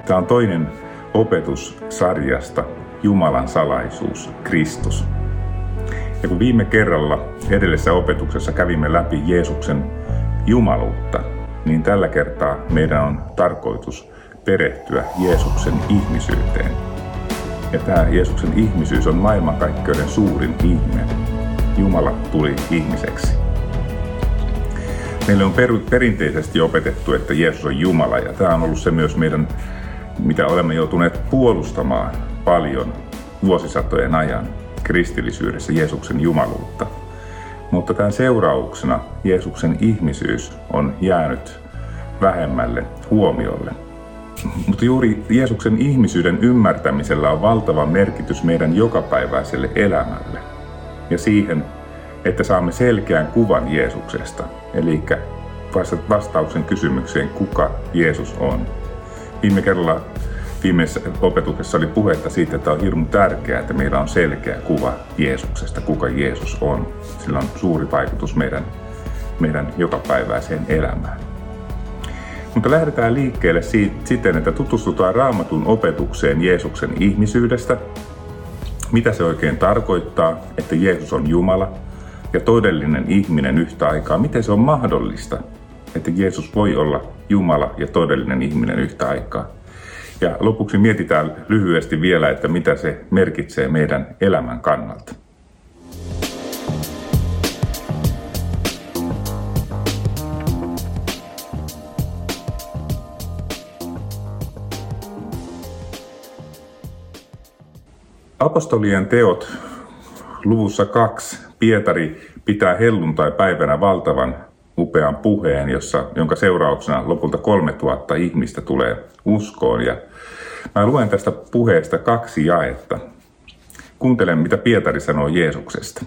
Tämä on toinen opetus sarjasta Jumalan salaisuus, Kristus. Ja kun viime kerralla edellisessä opetuksessa kävimme läpi Jeesuksen jumaluutta, niin tällä kertaa meidän on tarkoitus perehtyä Jeesuksen ihmisyyteen. Ja tämä Jeesuksen ihmisyys on maailmankaikkeuden suurin ihme. Jumala tuli ihmiseksi. Meille on perinteisesti opetettu, että Jeesus on Jumala, ja tämä on ollut se myös meidän, mitä olemme joutuneet puolustamaan paljon vuosisatojen ajan kristillisyydessä, Jeesuksen jumaluutta. Mutta tämän seurauksena Jeesuksen ihmisyys on jäänyt vähemmälle huomiolle. Mutta juuri Jeesuksen ihmisyyden ymmärtämisellä on valtava merkitys meidän jokapäiväiselle elämälle ja siihen, että saamme selkeän kuvan Jeesuksesta, eli vastauksen kysymykseen, kuka Jeesus on. Viime kerralla viimeisessä opetuksessa oli puhetta siitä, että on hirmu tärkeää, että meillä on selkeä kuva Jeesuksesta, kuka Jeesus on. Sillä on suuri vaikutus meidän jokapäiväiseen elämään. Mutta lähdetään liikkeelle siten, että tutustutaan Raamatun opetukseen Jeesuksen ihmisyydestä, mitä se oikein tarkoittaa, että Jeesus on Jumala ja todellinen ihminen yhtä aikaa. Miten se on mahdollista, että Jeesus voi olla Jumala ja todellinen ihminen yhtä aikaa. Ja lopuksi mietitään lyhyesti vielä, että mitä se merkitsee meidän elämän kannalta. Apostolien teot luvussa 2 Pietari pitää helluntai-päivänä valtavan upean puheen, jonka seurauksena lopulta 3000 ihmistä tulee uskoon. Ja mä luen tästä puheesta 2 jaetta. Kuuntele, mitä Pietari sanoo Jeesuksesta.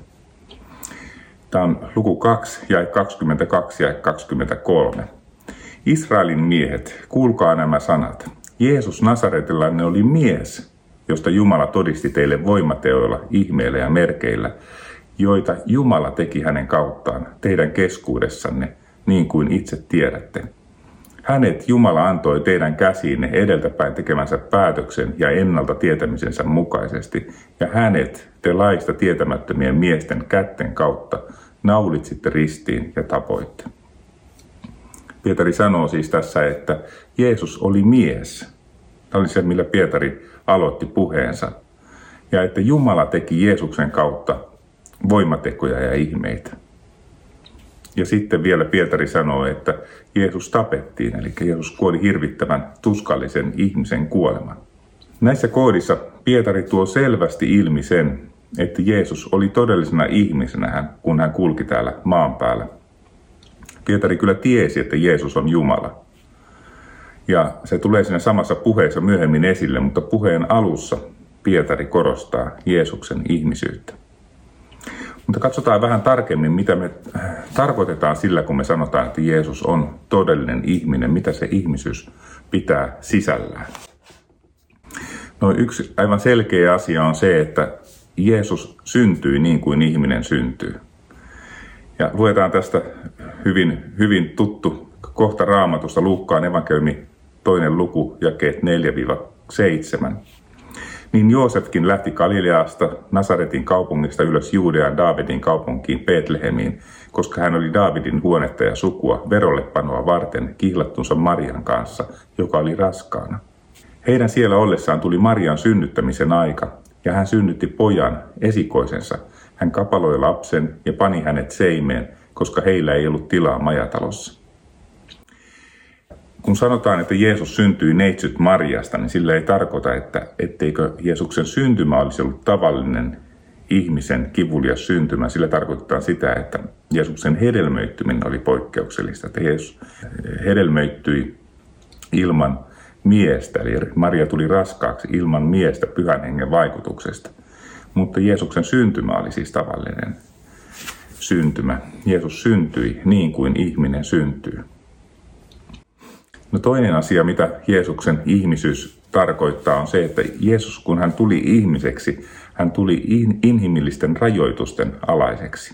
Tämä on luku 2, jae 22 ja 23. Israelin miehet, kuulkaa nämä sanat. Jeesus Nasaretilainen oli mies, josta Jumala todisti teille voimateoilla, ihmeillä ja merkeillä, joita Jumala teki hänen kauttaan teidän keskuudessanne, niin kuin itse tiedätte. Hänet Jumala antoi teidän käsiinne edeltäpäin tekemänsä päätöksen ja ennalta tietämisensä mukaisesti, ja hänet te laista tietämättömien miesten kätten kautta naulitsitte ristiin ja tapoitte. Pietari sanoo siis tässä, että Jeesus oli mies. Tämä oli se, millä Pietari aloitti puheensa. Ja että Jumala teki Jeesuksen kautta voimatekoja ja ihmeitä. Ja sitten vielä Pietari sanoo, että Jeesus tapettiin, eli Jeesus kuoli hirvittävän tuskallisen ihmisen kuoleman. Näissä kohdissa Pietari tuo selvästi ilmi sen, että Jeesus oli todellisena ihmisenä, kun hän kulki täällä maan päällä. Pietari kyllä tiesi, että Jeesus on Jumala. Ja se tulee siinä samassa puheessa myöhemmin esille, mutta puheen alussa Pietari korostaa Jeesuksen ihmisyyttä. Mutta katsotaan vähän tarkemmin, mitä me tarkoitetaan sillä, kun me sanotaan, että Jeesus on todellinen ihminen, mitä se ihmisyys pitää sisällään. No, yksi aivan selkeä asia on se, että Jeesus syntyi niin kuin ihminen syntyy. Ja luetaan tästä hyvin tuttu kohta Raamatusta, Luukkaan evankeliumi 2. luku, jakeet 4-7. Niin Joosefkin lähti Galileasta, Nasaretin kaupungista ylös Juudean Daavidin kaupunkiin Betlehemiin, koska hän oli Daavidin huonetta ja sukua verollepanoa varten kihlattunsa Marian kanssa, joka oli raskaana. Heidän siellä ollessaan tuli Marian synnyttämisen aika, ja hän synnytti pojan, esikoisensa. Hän kapaloi lapsen ja pani hänet seimeen, koska heillä ei ollut tilaa majatalossa. Kun sanotaan, että Jeesus syntyi neitsyt Mariasta, niin sillä ei tarkoita, etteikö Jeesuksen syntymä olisi ollut tavallinen ihmisen kivulias syntymä. Sillä tarkoittaa sitä, että Jeesuksen hedelmöittyminen oli poikkeuksellista, että Jeesus hedelmöittyi ilman miestä, eli Maria tuli raskaaksi ilman miestä Pyhän Hengen vaikutuksesta. Mutta Jeesuksen syntymä oli siis tavallinen syntymä. Jeesus syntyi niin kuin ihminen syntyy. No, toinen asia, mitä Jeesuksen ihmisyys tarkoittaa, on se, että Jeesus, kun hän tuli ihmiseksi, hän tuli inhimillisten rajoitusten alaiseksi.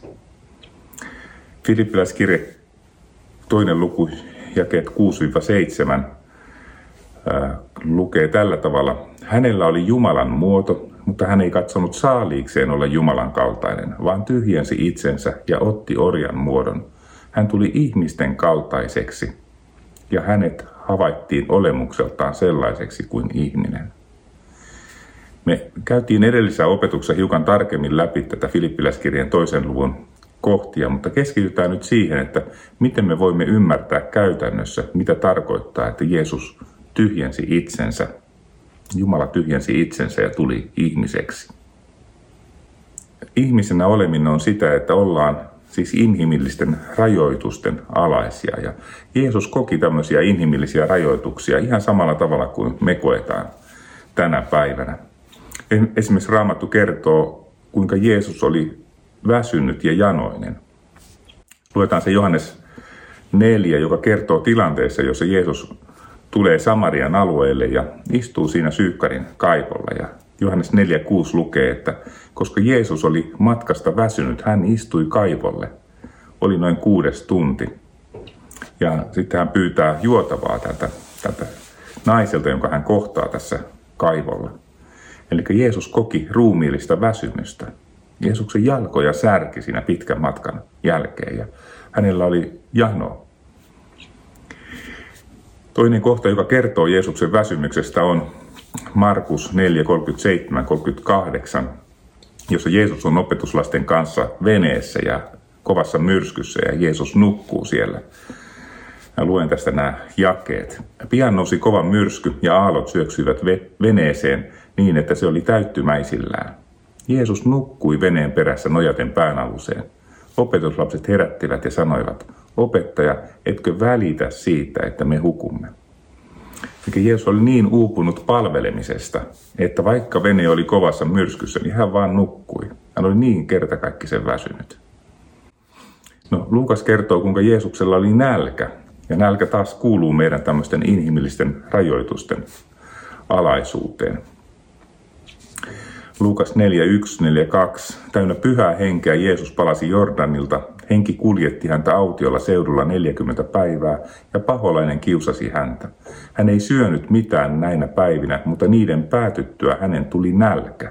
Filippiläiskirje 2. luku, jakeet 6-7, lukee tällä tavalla: hänellä oli Jumalan muoto, mutta hän ei katsonut saaliikseen olla Jumalan kaltainen, vaan tyhjensi itsensä ja otti orjan muodon. Hän tuli ihmisten kaltaiseksi ja hänet havaittiin olemukseltaan sellaiseksi kuin ihminen. Me käytiin edellisessä opetuksessa hiukan tarkemmin läpi tätä Filippiläiskirjeen 2. luvun kohtia, mutta keskitytään nyt siihen, että miten me voimme ymmärtää käytännössä, mitä tarkoittaa, että Jeesus tyhjensi itsensä. Jumala tyhjensi itsensä ja tuli ihmiseksi. Ihmisenä oleminen on sitä, että ollaan siis inhimillisten rajoitusten alaisia. Ja Jeesus koki tämmöisiä inhimillisiä rajoituksia ihan samalla tavalla kuin me koetaan tänä päivänä. Esimerkiksi Raamattu kertoo, kuinka Jeesus oli väsynyt ja janoinen. Luetaan se Johannes 4, joka kertoo tilanteessa, jossa Jeesus tulee Samarian alueelle ja istuu siinä Syykkarin kaivolla. Ja Johannes 4:6 lukee, että koska Jeesus oli matkasta väsynyt, hän istui kaivolle. Oli noin 6 tunti. Ja sitten hän pyytää juotavaa tältä naiselta, jonka hän kohtaa tässä kaivolla. Eli Jeesus koki ruumiillista väsymystä. Jeesuksen jalkoja särki siinä pitkän matkan jälkeen ja hänellä oli jano. Toinen kohta, joka kertoo Jeesuksen väsymyksestä, on Markus 4:37-38, jossa Jeesus on opetuslasten kanssa veneessä ja kovassa myrskyssä ja Jeesus nukkuu siellä. Mä luen tästä nämä jakeet. Pian nousi kova myrsky ja aallot syöksyivät veneeseen niin, että se oli täyttymäisillään. Jeesus nukkui veneen perässä nojaten päänaluseen. Opetuslapset herättivät ja sanoivat: opettaja, etkö välitä siitä, että me hukumme? Eli Jeesus oli niin uupunut palvelemisesta, että vaikka vene oli kovassa myrskyssä, niin hän vaan nukkui. Hän oli niin kertakaikkisen väsynyt. No, Luukas kertoo, kuinka Jeesuksella oli nälkä. Ja nälkä taas kuuluu meidän tämmöisten inhimillisten rajoitusten alaisuuteen. Luukas 4:1-4:2. Täynnä pyhää henkeä Jeesus palasi Jordanilta. Henki kuljetti häntä autiolla seudulla 40 päivää ja paholainen kiusasi häntä. Hän ei syönyt mitään näinä päivinä, mutta niiden päätyttyä hänen tuli nälkä.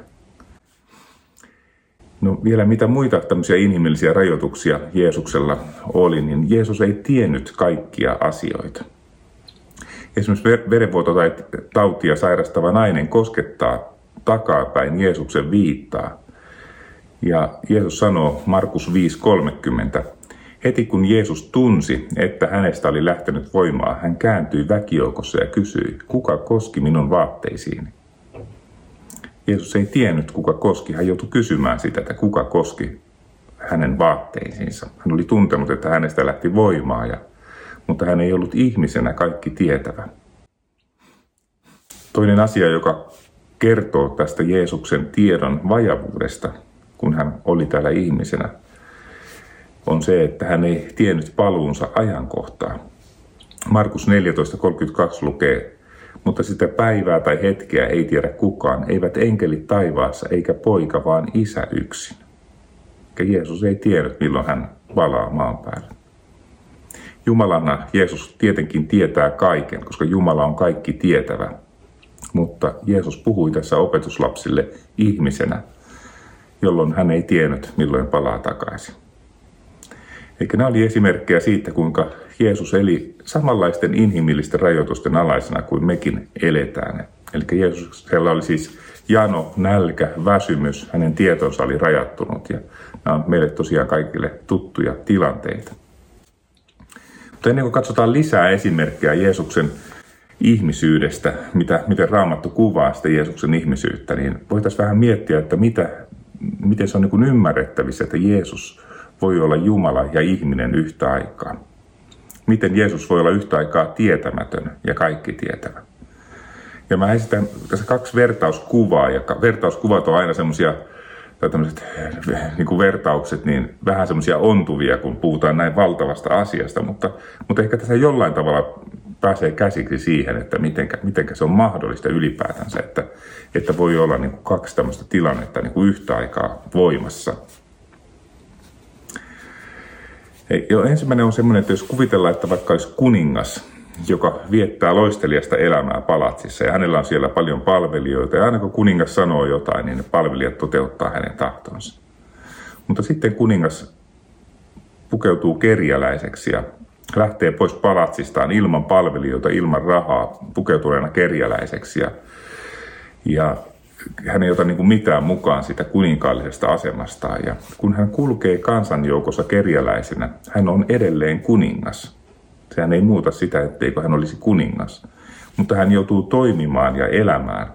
No vielä mitä muita tämmöisiä inhimillisiä rajoituksia Jeesuksella oli, niin Jeesus ei tiennyt kaikkia asioita. Esimerkiksi verenvuoto tai tautia sairastava nainen koskettaa takapäin Jeesuksen viittaa. Ja Jeesus sanoo Markus 5:30, heti kun Jeesus tunsi, että hänestä oli lähtenyt voimaa, hän kääntyi väkijoukossa ja kysyi, kuka koski minun vaatteisiini? Jeesus ei tiennyt, kuka koski. Hän joutui kysymään sitä, että kuka koski hänen vaatteisiinsa. Hän oli tuntenut, että hänestä lähti voimaa, mutta hän ei ollut ihmisenä kaikki tietävä. Toinen asia, joka kertoo tästä Jeesuksen tiedon vajavuudesta, kun hän oli täällä ihmisenä, on se, että hän ei tiennyt paluunsa ajankohtaa. Markus 14:32 lukee, mutta sitä päivää tai hetkeä ei tiedä kukaan, eivät enkelit taivaassa eikä poika, vaan Isä yksin. Eikä Jeesus ei tiennyt, milloin hän palaa maan päälle. Jumalana Jeesus tietenkin tietää kaiken, koska Jumala on kaikki tietävä. Mutta Jeesus puhui tässä opetuslapsille ihmisenä, jolloin hän ei tiennyt, milloin palaa takaisin. Eikä nämä oli esimerkkejä siitä, kuinka Jeesus eli samanlaisten inhimillisten rajoitusten alaisena kuin mekin eletään. Eli Jeesuksella oli siis jano, nälkä, väsymys, hänen tietonsa oli rajattunut ja nämä on meille tosiaan kaikille tuttuja tilanteita. Mutta ennen kuin katsotaan lisää esimerkkejä Jeesuksen ihmisyydestä, miten Raamattu kuvaa sitä Jeesuksen ihmisyyttä, niin voitaisiin vähän miettiä, että miten se on niin kuin ymmärrettävissä, että Jeesus voi olla Jumala ja ihminen yhtä aikaa. Miten Jeesus voi olla yhtä aikaa tietämätön ja kaikki tietävä. Ja mä esitän tässä 2 vertauskuvaa, ja vertauskuvat on aina semmoisia, tai tämmöiset niin kuin vertaukset, niin vähän semmoisia ontuvia, kun puhutaan näin valtavasta asiasta, mutta ehkä tässä jollain tavalla pääsee käsiksi siihen, että mitenkä se on mahdollista ylipäätänsä, että voi olla niin kuin 2 tämmöistä tilannetta niin kuin yhtä aikaa voimassa. Ensimmäinen on semmoinen, että jos kuvitellaan, että vaikka olisi kuningas, joka viettää loistelijasta elämää palatsissa. Ja hänellä on siellä paljon palvelijoita. Ja aina kun kuningas sanoo jotain, niin ne palvelijat toteuttaa hänen tahtonsa. Mutta sitten kuningas pukeutuu kerjäläiseksi ja lähtee pois palatsistaan ilman palvelijoita, ilman rahaa, pukeutuneena kerjäläiseksi. Ja hän ei ota mitään mukaan sitä kuninkaallisesta asemastaan. Ja kun hän kulkee kansanjoukossa kerjäläisenä, hän on edelleen kuningas. Sehän ei muuta sitä, etteikö hän olisi kuningas. Mutta hän joutuu toimimaan ja elämään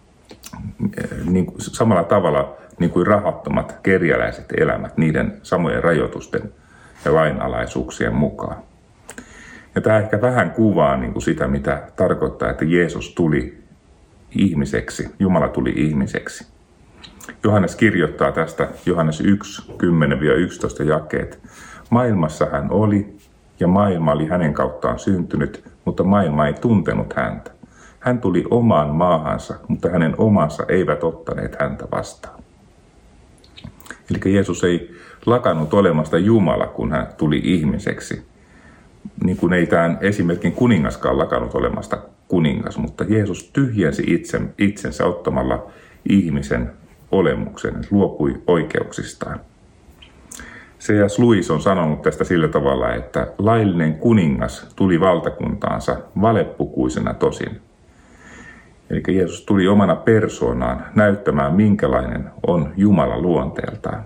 samalla tavalla niin kuin rahattomat kerjäläiset elämät niiden samojen rajoitusten ja lainalaisuuksien mukaan. Ja tämä ehkä vähän kuvaa sitä, mitä tarkoittaa, että Jeesus tuli ihmiseksi, Jumala tuli ihmiseksi. Johannes kirjoittaa tästä, Johannes 1, 10-11 jakeet. Maailmassa hän oli, ja maailma oli hänen kauttaan syntynyt, mutta maailma ei tuntenut häntä. Hän tuli omaan maahansa, mutta hänen omansa eivät ottaneet häntä vastaan. Eli Jeesus ei lakannut olemasta Jumala, kun hän tuli ihmiseksi. Niin kuin ei tämän esimerkin kuningaskaan lakannut olemasta kuningas, mutta Jeesus tyhjensi itsensä ottamalla ihmisen olemuksen, luopui oikeuksistaan. C.S. Lewis on sanonut tästä sillä tavalla, että laillinen kuningas tuli valtakuntaansa valepukuisena tosin. Eli Jeesus tuli omana persoonaan näyttämään, minkälainen on Jumala luonteeltaan.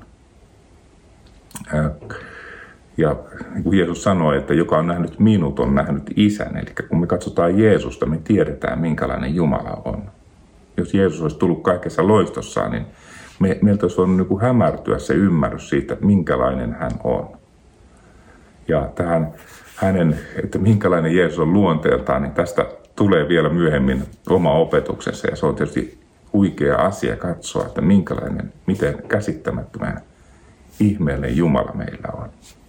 Ja niin kuin Jeesus sanoi, että joka on nähnyt minut, on nähnyt Isän. Eli kun me katsotaan Jeesusta, me tiedetään, minkälainen Jumala on. Jos Jeesus olisi tullut kaikessa loistossaan, niin meiltä olisi voinut hämärtyä se ymmärrys siitä, minkälainen hän on. Ja tähän että minkälainen Jeesus on luonteeltaan, niin tästä tulee vielä myöhemmin oma opetuksensa. Ja se on tietysti huikea asia katsoa, että miten käsittämättömän ihmeellinen Jumala meillä on.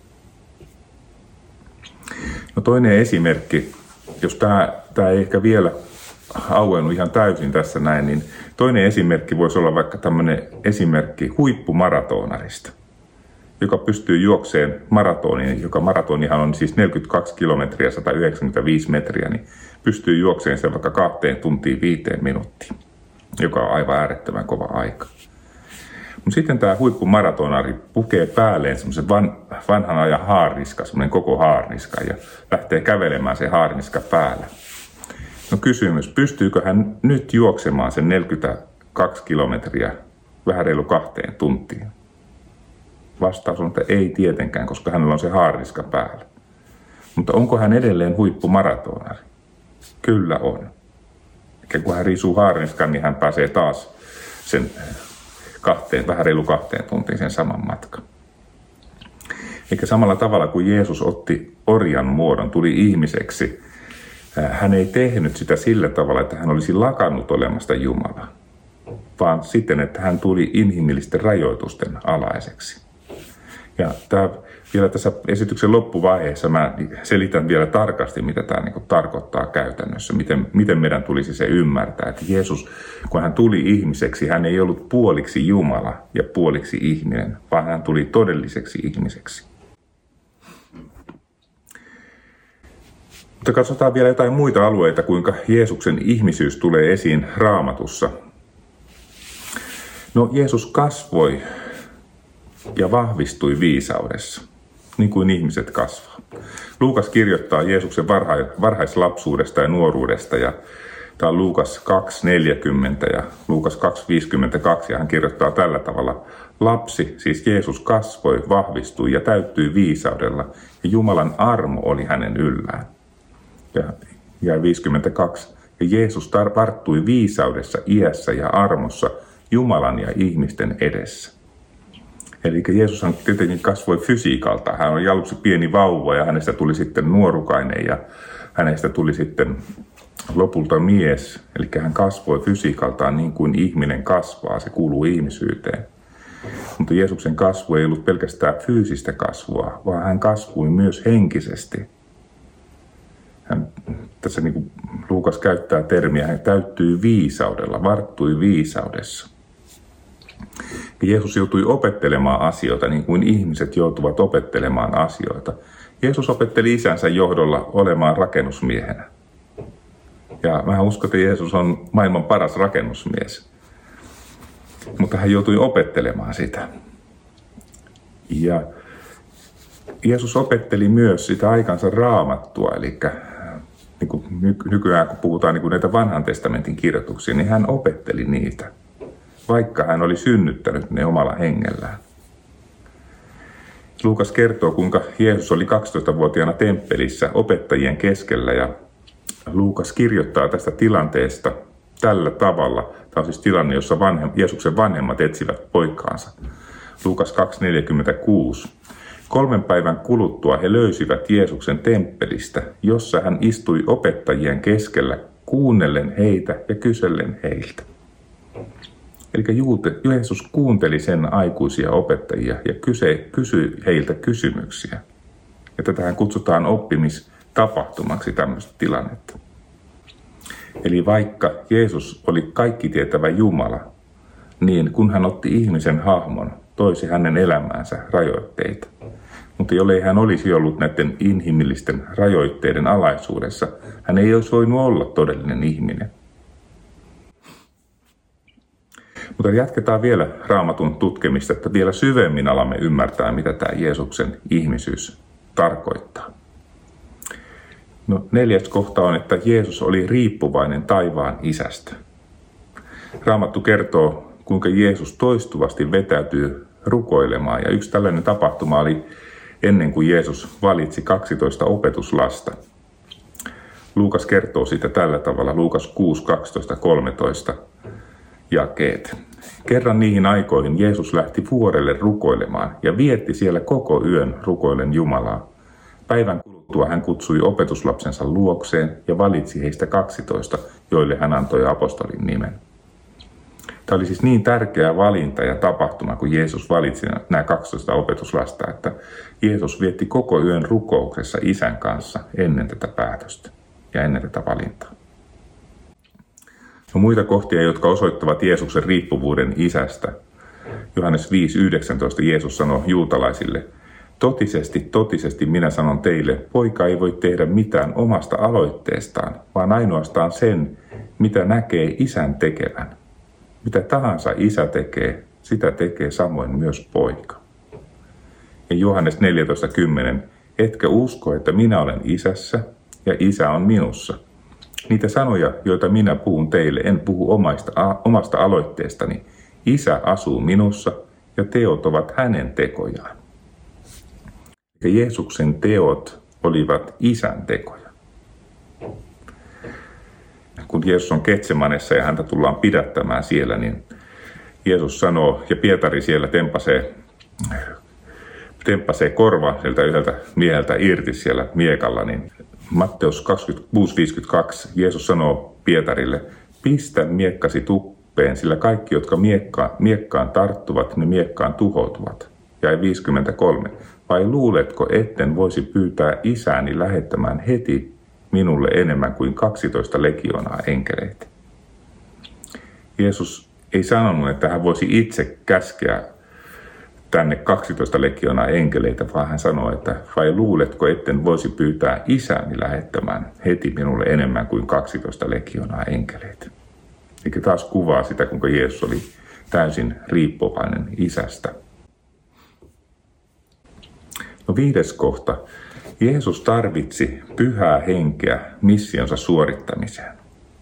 No toinen esimerkki, jos tämä ei ehkä vielä auennut ihan täysin tässä näin, niin toinen esimerkki voisi olla vaikka tämmöinen esimerkki huippumaratonarista, joka pystyy juokseen maratonin, joka maratonihan on siis 42 kilometriä, 195 metriä, niin pystyy juokseen sen vaikka 2 tuntiin 5 minuuttiin, joka on aivan äärettömän kova aika. Mutta sitten tämä huippumaratonari pukee päälleen semmoisen vanhan ajan haarniska, semmoinen koko haarniska, ja lähtee kävelemään sen haarniska päällä. No kysymys, pystyykö hän nyt juoksemaan sen 42 kilometriä vähän reilu 2 tuntiin? Vastaus on, että ei tietenkään, koska hänellä on se haarniska päällä. Mutta onko hän edelleen huippumaratonari? Kyllä on. Ja kun hän riisuu haarniskan, niin hän pääsee taas sen vähän reilu 2 tuntiin sen saman matkan. Eikä samalla tavalla kuin Jeesus otti orjan muodon, tuli ihmiseksi, hän ei tehnyt sitä sillä tavalla, että hän olisi lakannut olemasta Jumala, vaan siten, että hän tuli inhimillisten rajoitusten alaiseksi. Ja vielä tässä esityksen loppuvaiheessa mä selitän vielä tarkasti, mitä tämä tarkoittaa käytännössä, miten meidän tulisi se ymmärtää, että Jeesus, kun hän tuli ihmiseksi, hän ei ollut puoliksi Jumala ja puoliksi ihminen, vaan hän tuli todelliseksi ihmiseksi. Mutta katsotaan vielä jotain muita alueita, kuinka Jeesuksen ihmisyys tulee esiin Raamatussa. No, Jeesus kasvoi ja vahvistui viisaudessa, niin kuin ihmiset kasvaa. Luukas kirjoittaa Jeesuksen varhaislapsuudesta ja nuoruudesta, ja tämä on Luukas 2.40 ja Luukas 2.52, ja hän kirjoittaa tällä tavalla: lapsi, siis Jeesus, kasvoi, vahvistui ja täyttyi viisaudella, ja Jumalan armo oli hänen yllään. Ja 52. Ja Jeesus varttui viisaudessa, iässä ja armossa Jumalan ja ihmisten edessä. Eli Jeesushan tietenkin kasvoi fysiikalta. Hän oli aluksi pieni vauva ja hänestä tuli sitten nuorukainen ja hänestä tuli sitten lopulta mies. Eli hän kasvoi fysiikaltaan niin kuin ihminen kasvaa. Se kuuluu ihmisyyteen. Mutta Jeesuksen kasvu ei ollut pelkästään fyysistä kasvua, vaan hän kasvoi myös henkisesti. Tässä niin kuin Luukas käyttää termiä, hän täyttyi viisaudella, varttui viisaudessa. Ja Jeesus joutui opettelemaan asioita niin kuin ihmiset joutuvat opettelemaan asioita. Jeesus opetteli isänsä johdolla olemaan rakennusmiehenä. Ja mä uskon, että Jeesus on maailman paras rakennusmies. Mutta hän joutui opettelemaan sitä. Ja Jeesus opetteli myös sitä aikansa raamattua, eli niin kuin nykyään kun puhutaan niin kuin näitä vanhan testamentin kirjoituksia, niin hän opetteli niitä, vaikka hän oli synnyttänyt ne omalla hengellään. Luukas kertoo, kuinka Jeesus oli 12-vuotiaana temppelissä opettajien keskellä, ja Luukas kirjoittaa tästä tilanteesta tällä tavalla. Tämä on siis tilanne, jossa Jeesuksen vanhemmat etsivät poikaansa. Luukas 2:46. 3 päivän kuluttua he löysivät Jeesuksen temppelistä, jossa hän istui opettajien keskellä, kuunnellen heitä ja kysellen heiltä. Eli Jeesus kuunteli sen aikuisia opettajia ja kysyi heiltä kysymyksiä. Ja tätähän kutsutaan oppimistapahtumaksi tämmöistä tilannetta. Eli vaikka Jeesus oli kaikkitietävä Jumala, niin kun hän otti ihmisen hahmon, toisi hänen elämäänsä rajoitteita. Mutta jollei hän olisi ollut näiden inhimillisten rajoitteiden alaisuudessa, hän ei olisi voinut olla todellinen ihminen. Mutta jatketaan vielä Raamatun tutkimista, että vielä syvemmin alamme ymmärtää, mitä tämä Jeesuksen ihmisyys tarkoittaa. 4. kohta on, että Jeesus oli riippuvainen taivaan isästä. Raamattu kertoo, kuinka Jeesus toistuvasti vetäytyy rukoilemaan. Ja yksi tällainen tapahtuma oli ennen kuin Jeesus valitsi 12 opetuslasta. Luukas kertoo siitä tällä tavalla, Luukas 6, 12, 13 jakeet. Kerran niihin aikoihin Jeesus lähti vuorelle rukoilemaan ja vietti siellä koko yön rukoillen Jumalaa. Päivän kuluttua hän kutsui opetuslapsensa luokseen ja valitsi heistä 12, joille hän antoi apostolin nimen. Tämä oli siis niin tärkeä valinta ja tapahtuma, kun Jeesus valitsi nämä 12 opetuslasta, että Jeesus vietti koko yön rukouksessa isän kanssa ennen tätä päätöstä ja ennen tätä valintaa. On muita kohtia, jotka osoittavat Jeesuksen riippuvuuden isästä. Johannes 5:19 Jeesus sanoi juutalaisille, totisesti minä sanon teille, poika ei voi tehdä mitään omasta aloitteestaan, vaan ainoastaan sen, mitä näkee isän tekevän. Mitä tahansa isä tekee, sitä tekee samoin myös poika. Ja Johannes 14:10, etkö usko, että minä olen isässä ja isä on minussa? Niitä sanoja, joita minä puhun teille, en puhu omasta aloitteestani. Isä asuu minussa ja teot ovat hänen tekojaan. Ja Jeesuksen teot olivat isän tekoja. Kun Jeesus on Getsemanessa ja häntä tullaan pidättämään siellä, niin Jeesus sanoo, ja Pietari siellä temppasee korvan sieltä yhdeltä mieheltä irti siellä miekalla, niin Matteus 26:52 Jeesus sanoo Pietarille, pistä miekkasi tuppeen, sillä kaikki, jotka miekkaan tarttuvat, ne miekkaan tuhoutuvat. Ja 53, vai luuletko, etten voisi pyytää isääni lähettämään heti minulle enemmän kuin 12 legioonaa enkeleitä? Jeesus ei sanonut, että hän voisi itse käskeä tänne 12 legioonaa enkeleitä, vaan hän sanoi, että vai luuletko, etten voisi pyytää isääni lähettämään heti minulle enemmän kuin 12 legioonaa enkeleitä. Eli taas kuvaa sitä, kuinka Jeesus oli täysin riippuvainen isästä. 5. kohta. Jeesus tarvitsi pyhää henkeä missionsa suorittamiseen.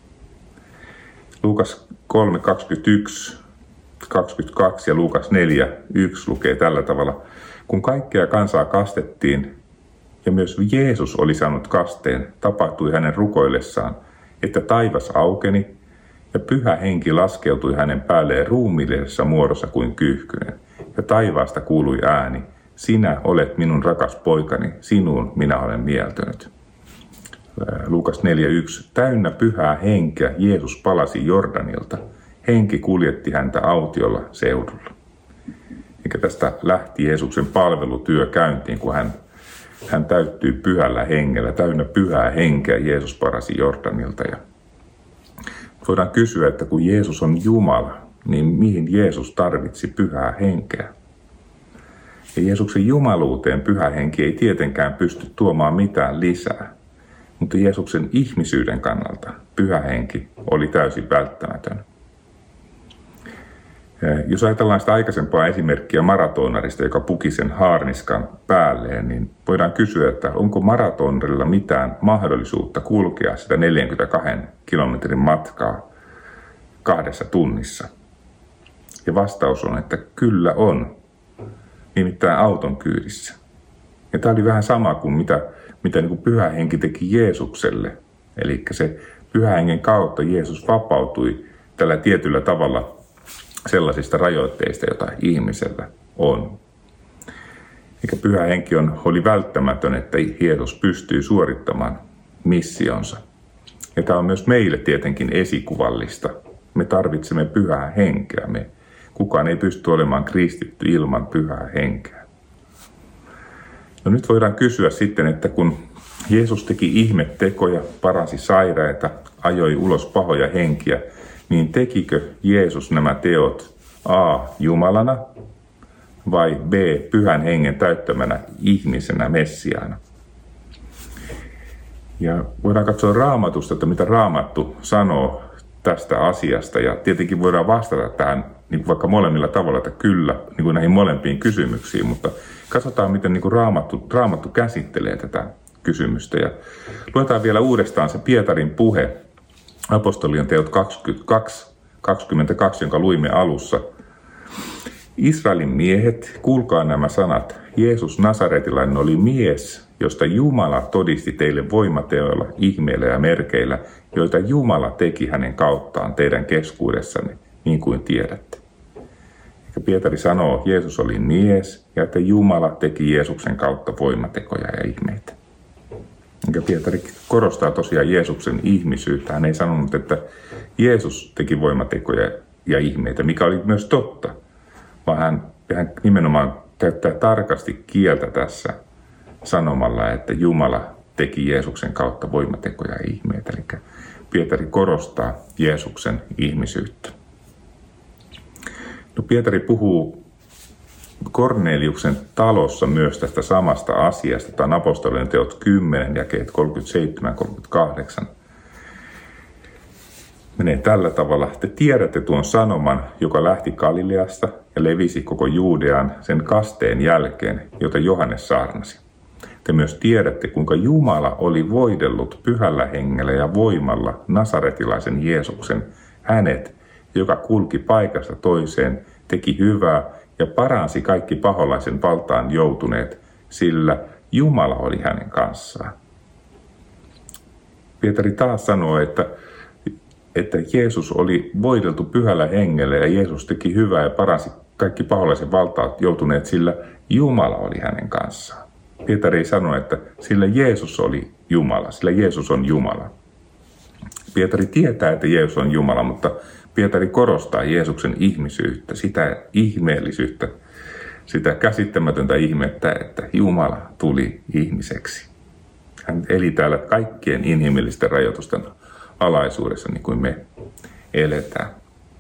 Luukas 3:21, 22 ja Luukas 4:1 lukee tällä tavalla. Kun kaikkea kansaa kastettiin ja myös Jeesus oli saanut kasteen, tapahtui hänen rukoillessaan, että taivas aukeni ja pyhä henki laskeutui hänen päälleen ruumiillisessa muodossa kuin kyyhkynen. Ja taivaasta kuului ääni, sinä olet minun rakas poikani, sinuun minä olen mieltynyt. Luukas 4:1. Täynnä pyhää henkeä Jeesus palasi Jordanilta. Henki kuljetti häntä autiolla seudulla. Eikä tästä lähti Jeesuksen palvelutyö käyntiin, kun hän täyttyi pyhällä hengellä. Täynnä pyhää henkeä Jeesus palasi Jordanilta. Ja voidaan kysyä, että kun Jeesus on Jumala, niin mihin Jeesus tarvitsi pyhää henkeä? Ja Jeesuksen jumaluuteen Pyhä Henki ei tietenkään pysty tuomaan mitään lisää. Mutta Jeesuksen ihmisyyden kannalta Pyhä Henki oli täysin välttämätön. Jos ajatellaan sitä aikaisempaa esimerkkiä maratonarista, joka puki sen haarniskan päälleen, niin voidaan kysyä, että onko maratonarilla mitään mahdollisuutta kulkea sitä 42 kilometrin matkaa 2 tunnissa. Ja vastaus on, että kyllä on, nimittäin auton kyydissä. Ja tämä oli vähän sama kuin mitä niin kuin Pyhä Henki teki Jeesukselle. Eli se Pyhä Hengen kautta Jeesus vapautui tällä tietyllä tavalla sellaisista rajoitteista, joita ihmisellä on. Eikä Pyhä Henki oli välttämätön, että Jeesus pystyy suorittamaan missionsa. Ja tämä on myös meille tietenkin esikuvallista. Me tarvitsemme Pyhää Henkeä. Kukaan ei pysty olemaan kristitty ilman Pyhää Henkeä. No nyt voidaan kysyä sitten, että kun Jeesus teki ihmettekoja, paransi sairaita, ajoi ulos pahoja henkiä, niin tekikö Jeesus nämä teot A. Jumalana vai B. Pyhän Hengen täyttämänä ihmisenä Messiaana? Ja voidaan katsoa Raamatusta, että mitä Raamattu sanoo tästä asiasta. Ja tietenkin voidaan vastata tähän niin vaikka molemmilla tavalla, että kyllä niin kuin näihin molempiin kysymyksiin, mutta katsotaan, miten niin kuin Raamattu käsittelee tätä kysymystä. Ja luetaan vielä uudestaan se Pietarin puhe, Apostolien teot 22, jonka luimme alussa. Israelin miehet, kuulkaa nämä sanat. Jeesus Nasaretilainen oli mies, josta Jumala todisti teille voimateoilla, ihmeillä ja merkeillä, joita Jumala teki hänen kauttaan teidän keskuudessanne, niin kuin tiedätte. Ja Pietari sanoo, että Jeesus oli mies ja että Jumala teki Jeesuksen kautta voimatekoja ja ihmeitä. Ja Pietari korostaa tosiaan Jeesuksen ihmisyyttä. Hän ei sanonut, että Jeesus teki voimatekoja ja ihmeitä, mikä oli myös totta, vaan hän nimenomaan käyttää tarkasti kieltä tässä sanomalla, että Jumala teki Jeesuksen kautta voimatekoja ja ihmeitä. Eli Pietari korostaa Jeesuksen ihmisyyttä. No, Pietari puhuu Korneliuksen talossa myös tästä samasta asiasta. Tämä on Apostolien teot 10, jakeet 37-38. Menee tällä tavalla. Te tiedätte tuon sanoman, joka lähti Galileasta ja levisi koko Juudeaan sen kasteen jälkeen, jota Johannes saarnasi. Te myös tiedätte, kuinka Jumala oli voidellut Pyhällä Hengellä ja voimalla nasaretilaisen Jeesuksen, hänet, joka kulki paikasta toiseen, teki hyvää ja paransi kaikki paholaisen valtaan joutuneet, sillä Jumala oli hänen kanssaan. Pietari taas sanoo, että Jeesus oli voideltu Pyhällä Hengellä ja Jeesus teki hyvää ja paransi kaikki paholaisen valtaan joutuneet, sillä Jumala oli hänen kanssaan. Pietari ei sano, että sillä Jeesus oli Jumala, sillä Jeesus on Jumala. Pietari tietää, että Jeesus on Jumala, mutta Pietari korostaa Jeesuksen ihmisyyttä, sitä ihmeellisyyttä, sitä käsittämätöntä ihmettä, että Jumala tuli ihmiseksi. Hän eli täällä kaikkien inhimillisten rajoitusten alaisuudessa, niin kuin me eletään.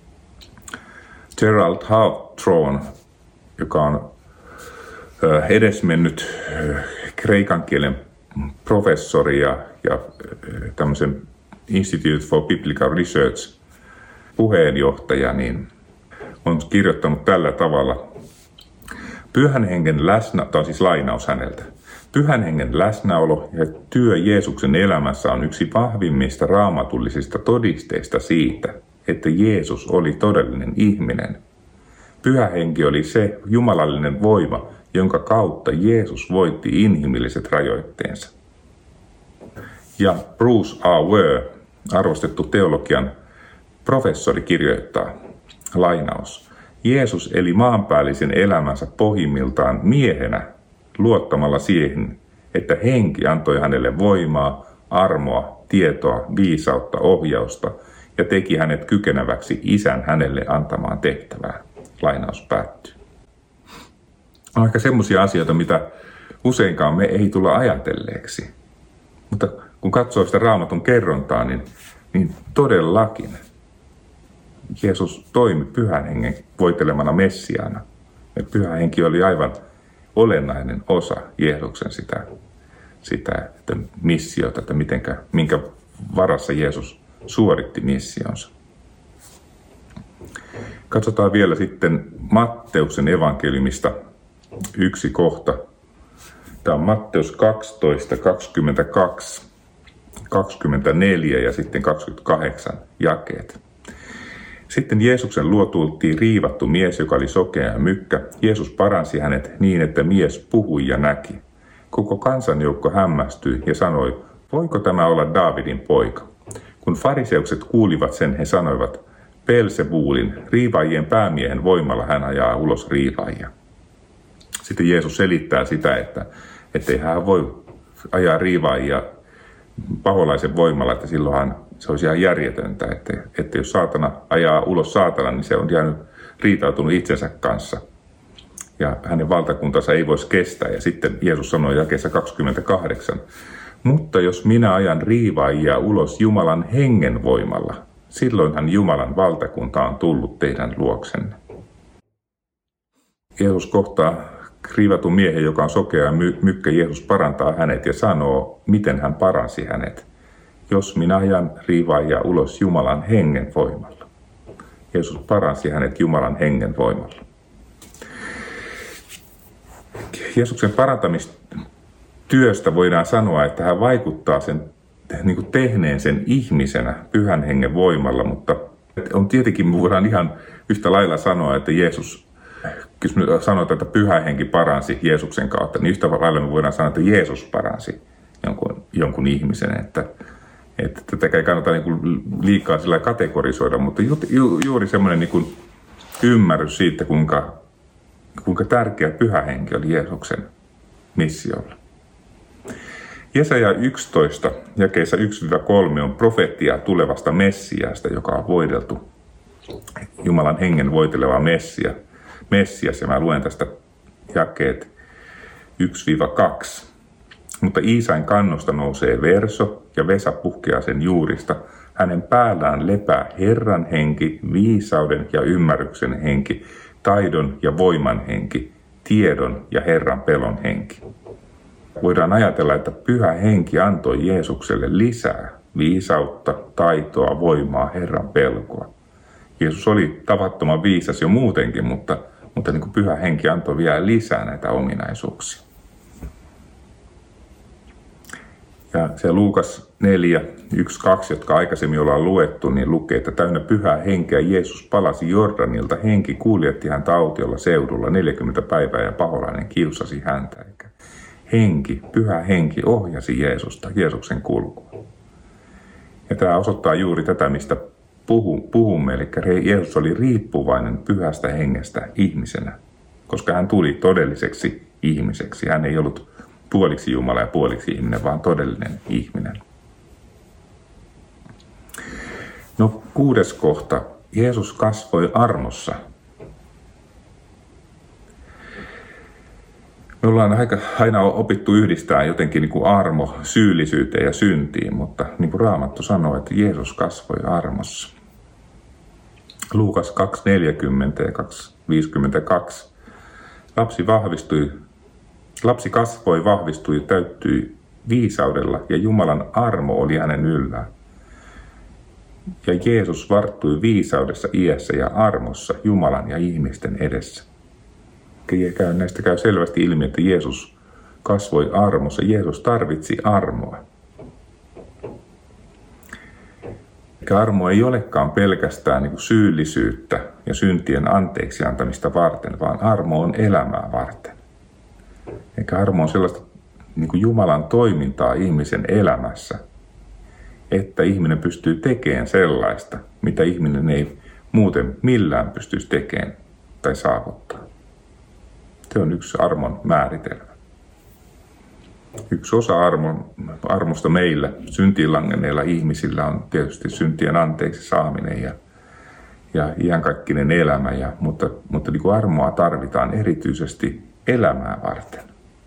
Gerald Hawthorne, joka on edesmennyt kreikan kielen professori ja tämmöisen Institute for Biblical Research puheenjohtaja, niin on kirjoittanut tällä tavalla. Pyhän Hengen tämä on siis lainaus häneltä. Pyhän Hengen läsnäolo ja työ Jeesuksen elämässä on yksi vahvimmista raamatullisista todisteista siitä, että Jeesus oli todellinen ihminen. Pyhä Henki oli se jumalallinen voima, jonka kautta Jeesus voitti inhimilliset rajoitteensa. Ja Bruce A. Ware, arvostettu teologian professori, kirjoittaa, lainaus, Jeesus eli maanpäällisen elämänsä pohjimmiltaan miehenä luottamalla siihen, että henki antoi hänelle voimaa, armoa, tietoa, viisautta, ohjausta ja teki hänet kykeneväksi isän hänelle antamaan tehtävään. Lainaus päättyy. On aika semmoisia asioita, mitä useinkaan me ei tulla ajatelleeksi. Mutta kun katsoo sitä Raamatun kerrontaa, niin todellakin Jeesus toimi Pyhän Hengen voitelemana Messiaana. Ja Pyhä Henki oli aivan olennainen osa Jeesuksen sitä että missiota, että minkä varassa Jeesus suoritti missionsa. Katsotaan vielä sitten Matteuksen evankeliumista yksi kohta. Tämä on Matteus 12, 22, 24 ja sitten 28 jakeet. Sitten Jeesuksen luo tultiin riivattu mies, joka oli sokea ja mykkä. Jeesus paransi hänet niin, että mies puhui ja näki. Koko kansanjoukko hämmästyi ja sanoi, voiko tämä olla Daavidin poika? Kun fariseukset kuulivat sen, he sanoivat, Beelzebulin, riivaajien päämiehen voimalla hän ajaa ulos riivaajia. Sitten Jeesus selittää sitä, että ei hän voi ajaa riivaajia paholaisen voimalla, että silloinhan se olisi ihan järjetöntä, että jos saatana ajaa ulos saatana, niin se on jäänyt riitautunut itsensä kanssa. Ja hänen valtakuntansa ei voisi kestää. Ja sitten Jeesus sanoi jakeessa 28, mutta jos minä ajan riivaajia ulos Jumalan hengen voimalla, silloinhan Jumalan valtakunta on tullut teidän luoksenne. Jeesus kohtaa riivatun miehen, joka on sokea ja mykkä. Jeesus parantaa hänet ja sanoo, miten hän paransi hänet. Jos minä ajan riivaajia ulos Jumalan hengen voimalla. Jeesus paransi hänet Jumalan hengen voimalla. Jeesuksen parantamistyöstä voidaan sanoa, että hän vaikuttaa sen tehneen sen ihmisenä pyhän hengen voimalla, mutta on tietenkin voidaan ihan yhtä lailla sanoa, että Jeesus, jos me sanotaan, että pyhä henki paransi Jeesuksen kautta, niin yhtä lailla me voidaan sanoa, että Jeesus paransi jonkun ihmisen, että tätä ei kannata liikaa sillä kategorisoida, mutta juuri semmoinen ymmärrys siitä, kuinka tärkeä pyhä henki oli Jeesuksen missiolla. Jesaja 11, jakeessa 1-3 on profeettia tulevasta Messiasta, joka on voideltu. Jumalan hengen voiteleva Messias, ja mä luen tästä jakeet 1-2. Mutta Iisain kannosta nousee verso, ja Vesa puhkeaa sen juurista. Hänen päällään lepää Herran henki, viisauden ja ymmärryksen henki, taidon ja voiman henki, tiedon ja Herran pelon henki. Voidaan ajatella, että pyhä henki antoi Jeesukselle lisää viisautta, taitoa, voimaa, Herran pelkoa. Jeesus oli tavattoman viisas jo muutenkin, mutta niin kuin pyhä henki antoi vielä lisää näitä ominaisuuksia. Ja se Luukas 4, 1, 2, jotka aikaisemmin ollaan luettu, niin lukee, että täynnä pyhää henkeä Jeesus palasi Jordanilta. Henki kuljetti häntä autiolla seudulla 40 päivää ja paholainen kiusasi häntä. Pyhä henki ohjasi Jeesuksen kulkua. Ja tämä osoittaa juuri tätä, mistä puhumme. Eli Jeesus oli riippuvainen pyhästä hengestä ihmisenä, koska hän tuli todelliseksi ihmiseksi. Hän ei ollut puoliksi Jumala ja puoliksi ihminen, vaan todellinen ihminen. No 6. kohta. Jeesus kasvoi armossa. Me ollaan aina opittu yhdistää jotenkin niin kuin armo syyllisyyteen ja syntiin, mutta niin kuin Raamattu sanoo, että Jeesus kasvoi armossa. Luukas 2:40 ja 2:52. Lapsi kasvoi, vahvistui, täyttyi viisaudella ja Jumalan armo oli hänen yllään. Ja Jeesus varttui viisaudessa, iässä ja armossa Jumalan ja ihmisten edessä. Näistä käy selvästi ilmi, että Jeesus kasvoi armossa. Jeesus tarvitsi armoa. Eikä armo ei olekaan pelkästään niin kuin syyllisyyttä ja syntien anteeksi antamista varten, vaan armo on elämää varten. Eikä armo on sellaista niin kuin Jumalan toimintaa ihmisen elämässä, että ihminen pystyy tekemään sellaista, mitä ihminen ei muuten millään pystyisi tekemään tai saavuttaa. Se on yksi armon määritelmä. Yksi osa armosta meillä, syntiin langenneilla ihmisillä, on tietysti syntien anteeksi saaminen ja iankaikkinen elämä. Mutta niin kuin armoa tarvitaan erityisesti elämää varten.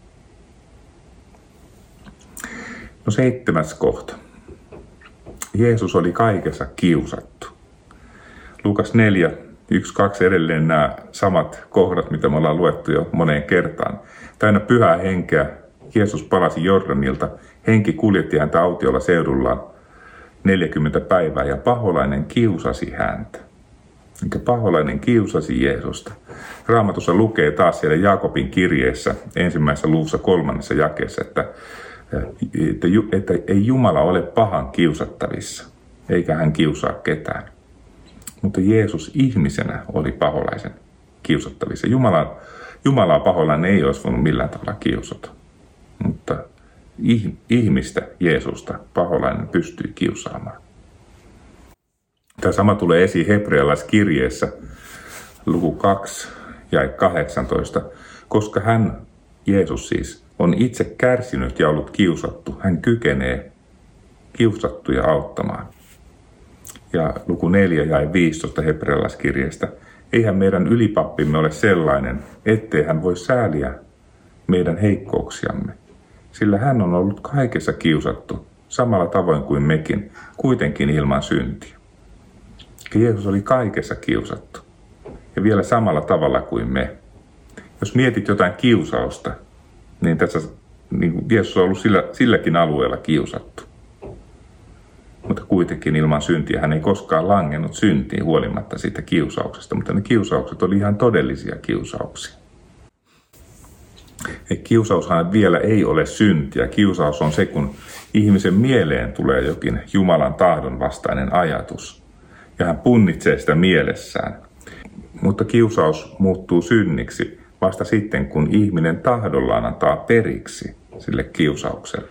No 7. kohta. Jeesus oli kaikessa kiusattu. Luukas 4, 1-2 edelleen nämä samat kohdat, mitä me ollaan luettu jo moneen kertaan. Täynnä pyhää henkeä Jeesus palasi Jordanilta. Henki kuljetti häntä autiolla seudullaan 40 päivää ja paholainen kiusasi häntä. Eikä paholainen kiusasi Jeesusta. Raamatussa lukee taas siellä Jaakobin kirjeessä 1. luvussa 3. jakeessa, että ei Jumala ole pahan kiusattavissa, eikä hän kiusaa ketään. Mutta Jeesus ihmisenä oli paholaisen kiusattavissa. Jumalaa paholainen ei olisi voinut millään tavalla kiusata, mutta ihmistä, Jeesusta, paholainen pystyi kiusaamaan. Tämä sama tulee esiin hebrealaiskirjeessä, luku 2 ja 18, koska hän, Jeesus siis, on itse kärsinyt ja ollut kiusattu. Hän kykenee kiusattuja auttamaan. Ja luku 4 ja 15 hebrealaiskirjeestä, eihän meidän ylipappimme ole sellainen, ettei hän voi sääliä meidän heikkouksiamme, sillä hän on ollut kaikessa kiusattu, samalla tavoin kuin mekin, kuitenkin ilman syntiä. Ja Jeesus oli kaikessa kiusattu, ja vielä samalla tavalla kuin me. Jos mietit jotain kiusausta, niin tässä niin Jeesus on ollut silläkin alueella kiusattu. Mutta kuitenkin ilman syntiä hän ei koskaan langennut syntiin huolimatta siitä kiusauksesta, mutta ne kiusaukset oli ihan todellisia kiusauksia. Kiusaushan vielä ei ole syntiä. Kiusaus on se, kun ihmisen mieleen tulee jokin Jumalan tahdon vastainen ajatus. Ja hän punnitsee sitä mielessään. Mutta kiusaus muuttuu synniksi vasta sitten, kun ihminen tahdollaan antaa periksi sille kiusaukselle.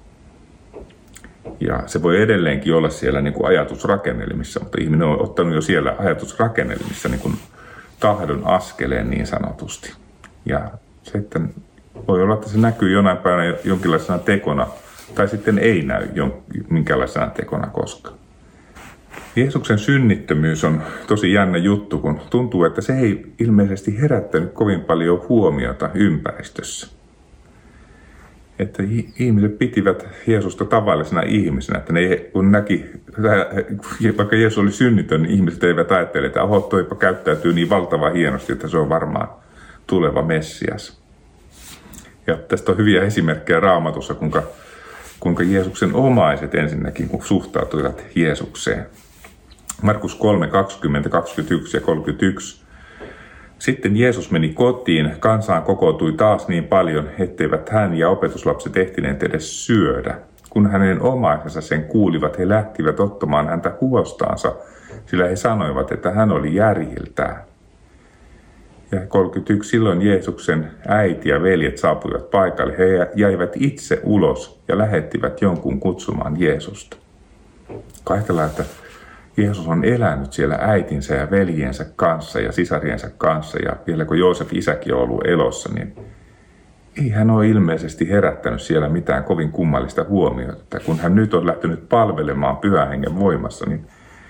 Ja se voi edelleenkin olla siellä niin kuin ajatusrakennelmissa, mutta ihminen on ottanut jo siellä ajatusrakennelmissa niin kuin tahdon askeleen niin sanotusti. Ja sitten voi olla, että se näkyy jonain päivänä jonkinlaisena tekona, tai sitten ei näy minkäänlaisena tekona koskaan. Jeesuksen synnittömyys on tosi jännä juttu, kun tuntuu, että se ei ilmeisesti herättänyt kovin paljon huomiota ympäristössä. Että ihmiset pitivät Jeesusta tavallisena ihmisenä, että ne kun näki, vaikka Jeesus oli synnitön, niin ihmiset eivät ajattele, että toipa käyttäytyy niin valtavan hienosti, että se on varmaan tuleva Messias. Ja tästä on hyviä esimerkkejä Raamatussa, kuinka Jeesuksen omaiset ensinnäkin suhtautuivat Jeesukseen. Markus 3, 20, 21 ja 31. Sitten Jeesus meni kotiin, kansaan kokoutui taas niin paljon, etteivät hän ja opetuslapset ehtineet edes syödä. Kun hänen omaisensa sen kuulivat, he lähtivät ottamaan häntä huostaansa, sillä he sanoivat, että hän oli järjiltään. Ja 31. Silloin Jeesuksen äiti ja veljet saapuivat paikalle. He jäivät itse ulos ja lähettivät jonkun kutsumaan Jeesusta. Ajatellaan, että Jeesus on elänyt siellä äitinsä ja veljensä kanssa ja sisariensa kanssa. Ja vielä kun Joosef isäkin on ollut elossa, niin ei hän ole ilmeisesti herättänyt siellä mitään kovin kummallista huomiota. Kun hän nyt on lähtenyt palvelemaan Pyhän Hengen voimassa, niin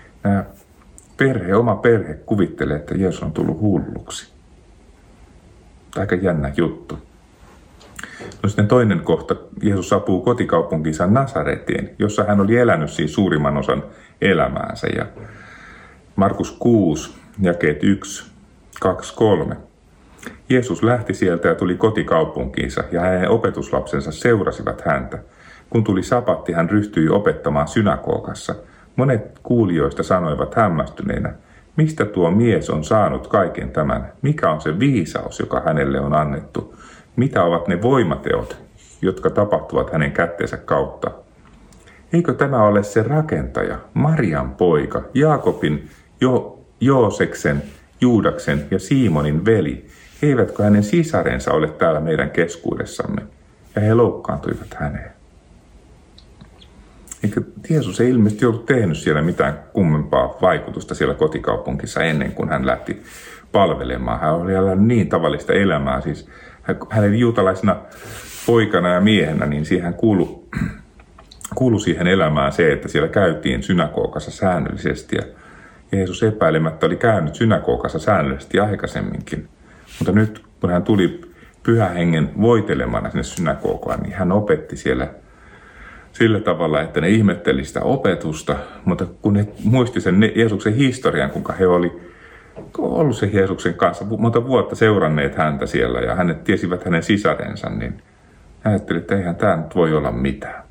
oma perhe kuvittelee, että Jeesus on tullut hulluksi. Aika jännä juttu. No sitten toinen kohta. Jeesus saapuu kotikaupunkiinsa Nasaretiin, jossa hän oli elänyt siis suurimman osan elämäänsä. Ja Markus 6, jakeet 1, 2, 3. Jeesus lähti sieltä ja tuli kotikaupunkiinsa, ja hänen opetuslapsensa seurasivat häntä. Kun tuli sapatti, hän ryhtyi opettamaan synagogassa. Monet kuulijoista sanoivat hämmästyneinä, mistä tuo mies on saanut kaiken tämän? Mikä on se viisaus, joka hänelle on annettu? Mitä ovat ne voimateot, jotka tapahtuvat hänen kätteensä kautta? Eikö tämä ole se rakentaja, Marian poika, Jaakobin, Jooseksen, Juudaksen ja Simonin veli? Eivätkö hänen sisarensa ole täällä meidän keskuudessamme? Ja he loukkaantuivat häneen. Eikä Jeesus ei ilmeisesti ollut tehnyt siellä mitään kummempaa vaikutusta siellä kotikaupunkissa ennen kuin hän lähti palvelemaan. Hän oli elänyt niin tavallista elämää, siis hänen juutalaisena poikana ja miehenä, niin siihen kuului siihen elämään se, että siellä käytiin synagogassa säännöllisesti. Ja Jeesus epäilemättä oli käynyt synagogassa säännöllisesti aikaisemminkin. Mutta nyt kun hän tuli Pyhän Hengen voitelemana sinne synagogaan, niin hän opetti siellä sillä tavalla, että ne ihmetteli sitä opetusta, mutta kun he muisti sen Jeesuksen historian, kuinka he oli ollut se Jeesuksen kanssa monta vuotta seuranneet häntä siellä ja hänet tiesivät hänen sisarensa, niin ajattelin, että eihän tämä nyt voi olla mitään.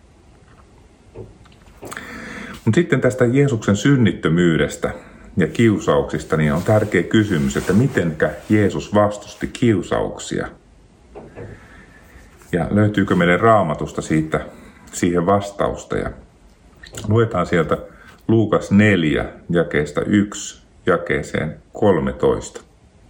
Mutta sitten tästä Jeesuksen synnittömyydestä ja kiusauksista niin on tärkeä kysymys, että mitenkä Jeesus vastusti kiusauksia. Ja löytyykö meidän Raamatusta siihen vastausta. Ja luetaan sieltä Luukas 4, jakeesta 1 jakeeseen 13.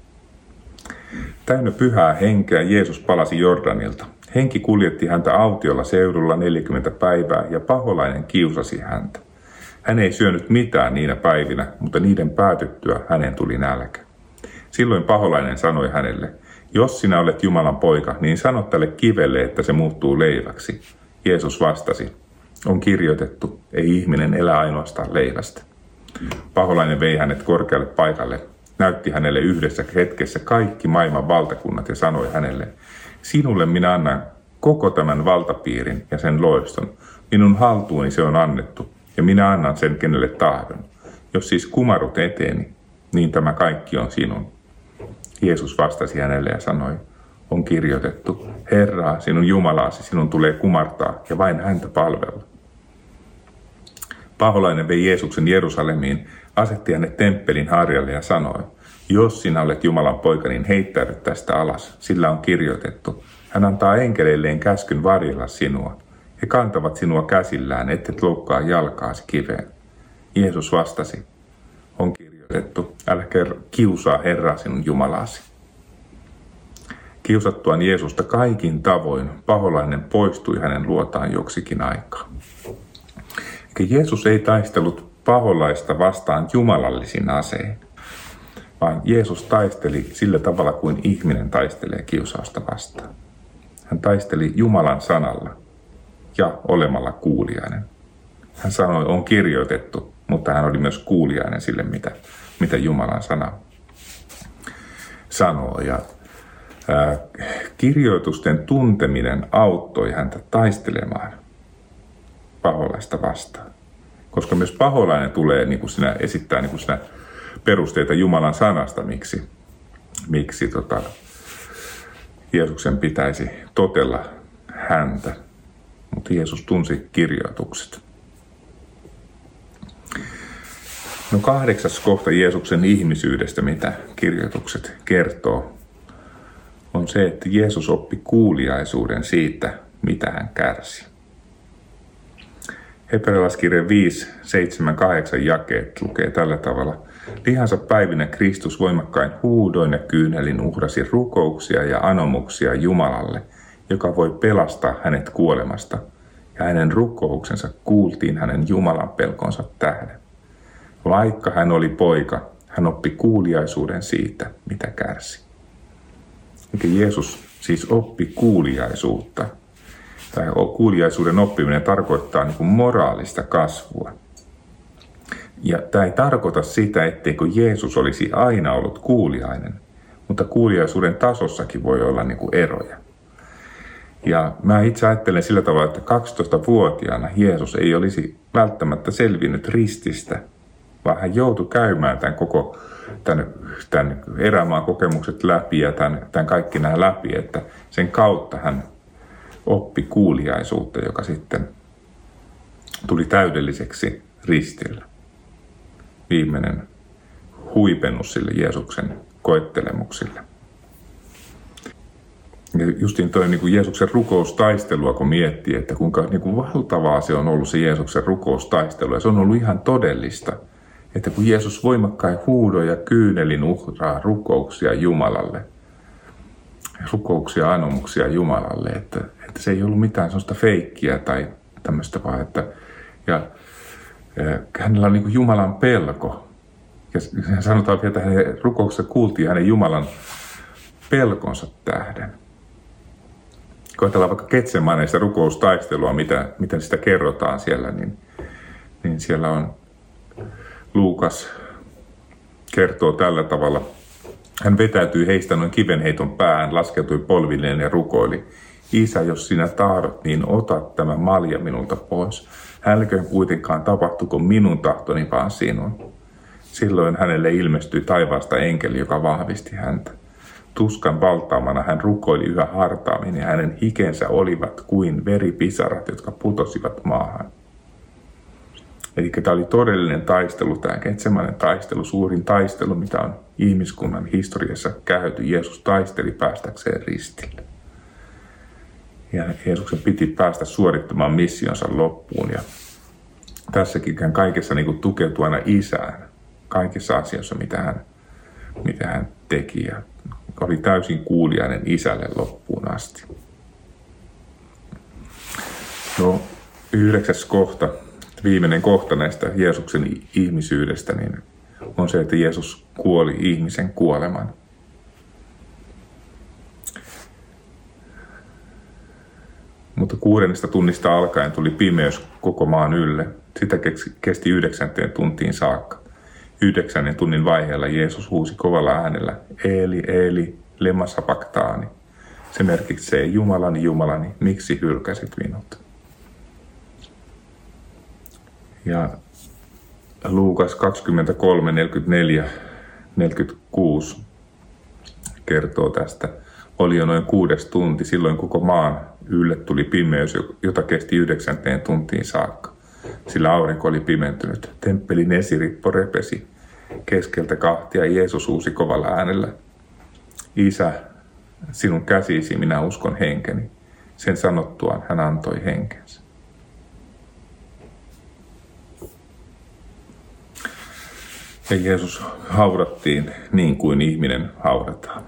Täynnä pyhää henkeä Jeesus palasi Jordanilta. Henki kuljetti häntä autiolla seudulla 40 päivää ja paholainen kiusasi häntä. Hän ei syönyt mitään niinä päivinä, mutta niiden päätyttyä hänen tuli nälkä. Silloin paholainen sanoi hänelle, jos sinä olet Jumalan poika, niin sano tälle kivelle, että se muuttuu leiväksi. Jeesus vastasi, on kirjoitettu, ei ihminen elä ainoastaan leivästä. Paholainen vei hänet korkealle paikalle, näytti hänelle yhdessä hetkessä kaikki maailman valtakunnat ja sanoi hänelle, sinulle minä annan koko tämän valtapiirin ja sen loiston. Minun haltuuni se on annettu ja minä annan sen kenelle tahdon. Jos siis kumarrut eteeni, niin tämä kaikki on sinun. Jeesus vastasi hänelle ja sanoi, on kirjoitettu, Herraa, sinun Jumalaasi, sinun tulee kumartaa ja vain häntä palvella. Paholainen vei Jeesuksen Jerusalemiin, asetti hänet temppelin harjalle ja sanoi, jos sinä olet Jumalan poika, niin heittäydy tästä alas, sillä on kirjoitettu. Hän antaa enkeleilleen käskyn varjella sinua. He kantavat sinua käsillään, ettet loukkaa jalkaasi kiveen. Jeesus vastasi, on kirjoitettu, älä kiusaa Herraa sinun Jumalasi. Kiusattuaan Jeesusta kaikin tavoin, paholainen poistui hänen luotaan joksikin aikaa. Eikä Jeesus ei taistellut paholaista vastaan jumalallisin asein, vaan Jeesus taisteli sillä tavalla kuin ihminen taistelee kiusausta vastaan. Hän taisteli Jumalan sanalla ja olemalla kuuliainen. Hän sanoi, on kirjoitettu, mutta hän oli myös kuuliainen sille, mitä Jumalan sana sanoo. Ja kirjoitusten tunteminen auttoi häntä taistelemaan paholaista vastaan. Koska myös paholainen tulee esittää perusteita Jumalan sanasta, miksi Jeesuksen pitäisi totella häntä. Mutta Jeesus tunsi kirjoitukset. No 8. kohta Jeesuksen ihmisyydestä, mitä kirjoitukset kertoo, on se, että Jeesus oppi kuuliaisuuden siitä, mitä hän kärsi. Hebrealaiskirja 5, 7, 8 jakeet lukee tällä tavalla. Lihansa päivinä Kristus voimakkain huudoin ja kyynelin uhrasi rukouksia ja anomuksia Jumalalle, joka voi pelastaa hänet kuolemasta, ja hänen rukouksensa kuultiin hänen Jumalan pelkonsa tähden. Vaikka hän oli poika, hän oppi kuuliaisuuden siitä, mitä kärsi. Eli Jeesus siis oppi kuuliaisuutta. Kuuliaisuuden oppiminen tarkoittaa moraalista kasvua. Ja tämä ei tarkoita sitä, etteikö Jeesus olisi aina ollut kuuliainen, mutta kuuliaisuuden tasossakin voi olla eroja. Ja mä itse ajattelen sillä tavalla, että 12-vuotiaana Jeesus ei olisi välttämättä selvinnyt rististä, vaan hän joutui käymään tämän erämaan kokemukset läpi ja tämän kaikki nämä läpi, että sen kautta hän oppi kuuliaisuutta, joka sitten tuli täydelliseksi ristillä. Viimeinen huipennus sille Jeesuksen koettelemuksille. Ja justiin toi Jeesuksen rukoustaistelua, kun miettii, että kuinka valtavaa se on ollut se Jeesuksen rukoustaistelu. Ja se on ollut ihan todellista, että kun Jeesus voimakkain huudoin ja kyynelin uhraa rukouksia Jumalalle, rukouksia anomuksia Jumalalle, että se ei ollut mitään sellaista feikkiä tai tämmöistä vaan, ja hänellä on Jumalan pelko. Ja sanotaan vielä, että hänen rukouksessa kuultiin hänen Jumalan pelkonsa tähden. Kun ajatellaan vaikka Getsemaneista rukoustaistelua, miten sitä kerrotaan siellä, niin siellä on Luukas kertoo tällä tavalla. Hän vetäytyi heistä noin kivenheiton päähän, laskeutui polvilleen ja rukoili. Isä, jos sinä tahdot, niin ota tämä malja minulta pois. Älköön kuitenkaan tapahtuko minun tahtoni, vaan sinun. Silloin hänelle ilmestyi taivaasta enkeli, joka vahvisti häntä. Tuskan valtaamana hän rukoili yhä hartaammin ja hänen hikensä olivat kuin veripisarat, jotka putosivat maahan. Eli tämä oli todellinen taistelu, tämä Getsemanen taistelu, suurin taistelu, mitä on ihmiskunnan historiassa käyty. Jeesus taisteli päästäkseen ristille. Ja Jeesuksen piti päästä suorittamaan missionsa loppuun. Ja tässäkin hän kaikessa niin kuin tukeutui aina Isään, kaikissa asioissa, mitä hän teki. Ja oli täysin kuuliainen Isälle loppuun asti. No, 9. kohta, viimeinen kohta näistä Jeesuksen ihmisyydestä, niin on se, että Jeesus kuoli ihmisen kuoleman. Mutta 6. tunnista alkaen tuli pimeys koko maan ylle. Sitä kesti 9. tuntiin saakka. 9. tunnin vaiheella Jeesus huusi kovalla äänellä, Eeli, Eeli, lema sabachthani. Se merkitsee, Jumalani, Jumalani, miksi hylkäsit minut? Ja Luukas 23, 44, 46 kertoo tästä. Oli jo noin 6. tunti, silloin koko maan ylle tuli pimeys, jota kesti 9. tuntiin saakka. Sillä aurinko oli pimentynyt. Temppelin esirippo repesi keskeltä kahtia. Jeesus huusi kovalla äänellä, Isä, sinun käsisi minä uskon henkeni. Sen sanottuaan hän antoi henkensä. Ja Jeesus haudattiin niin kuin ihminen haudataan.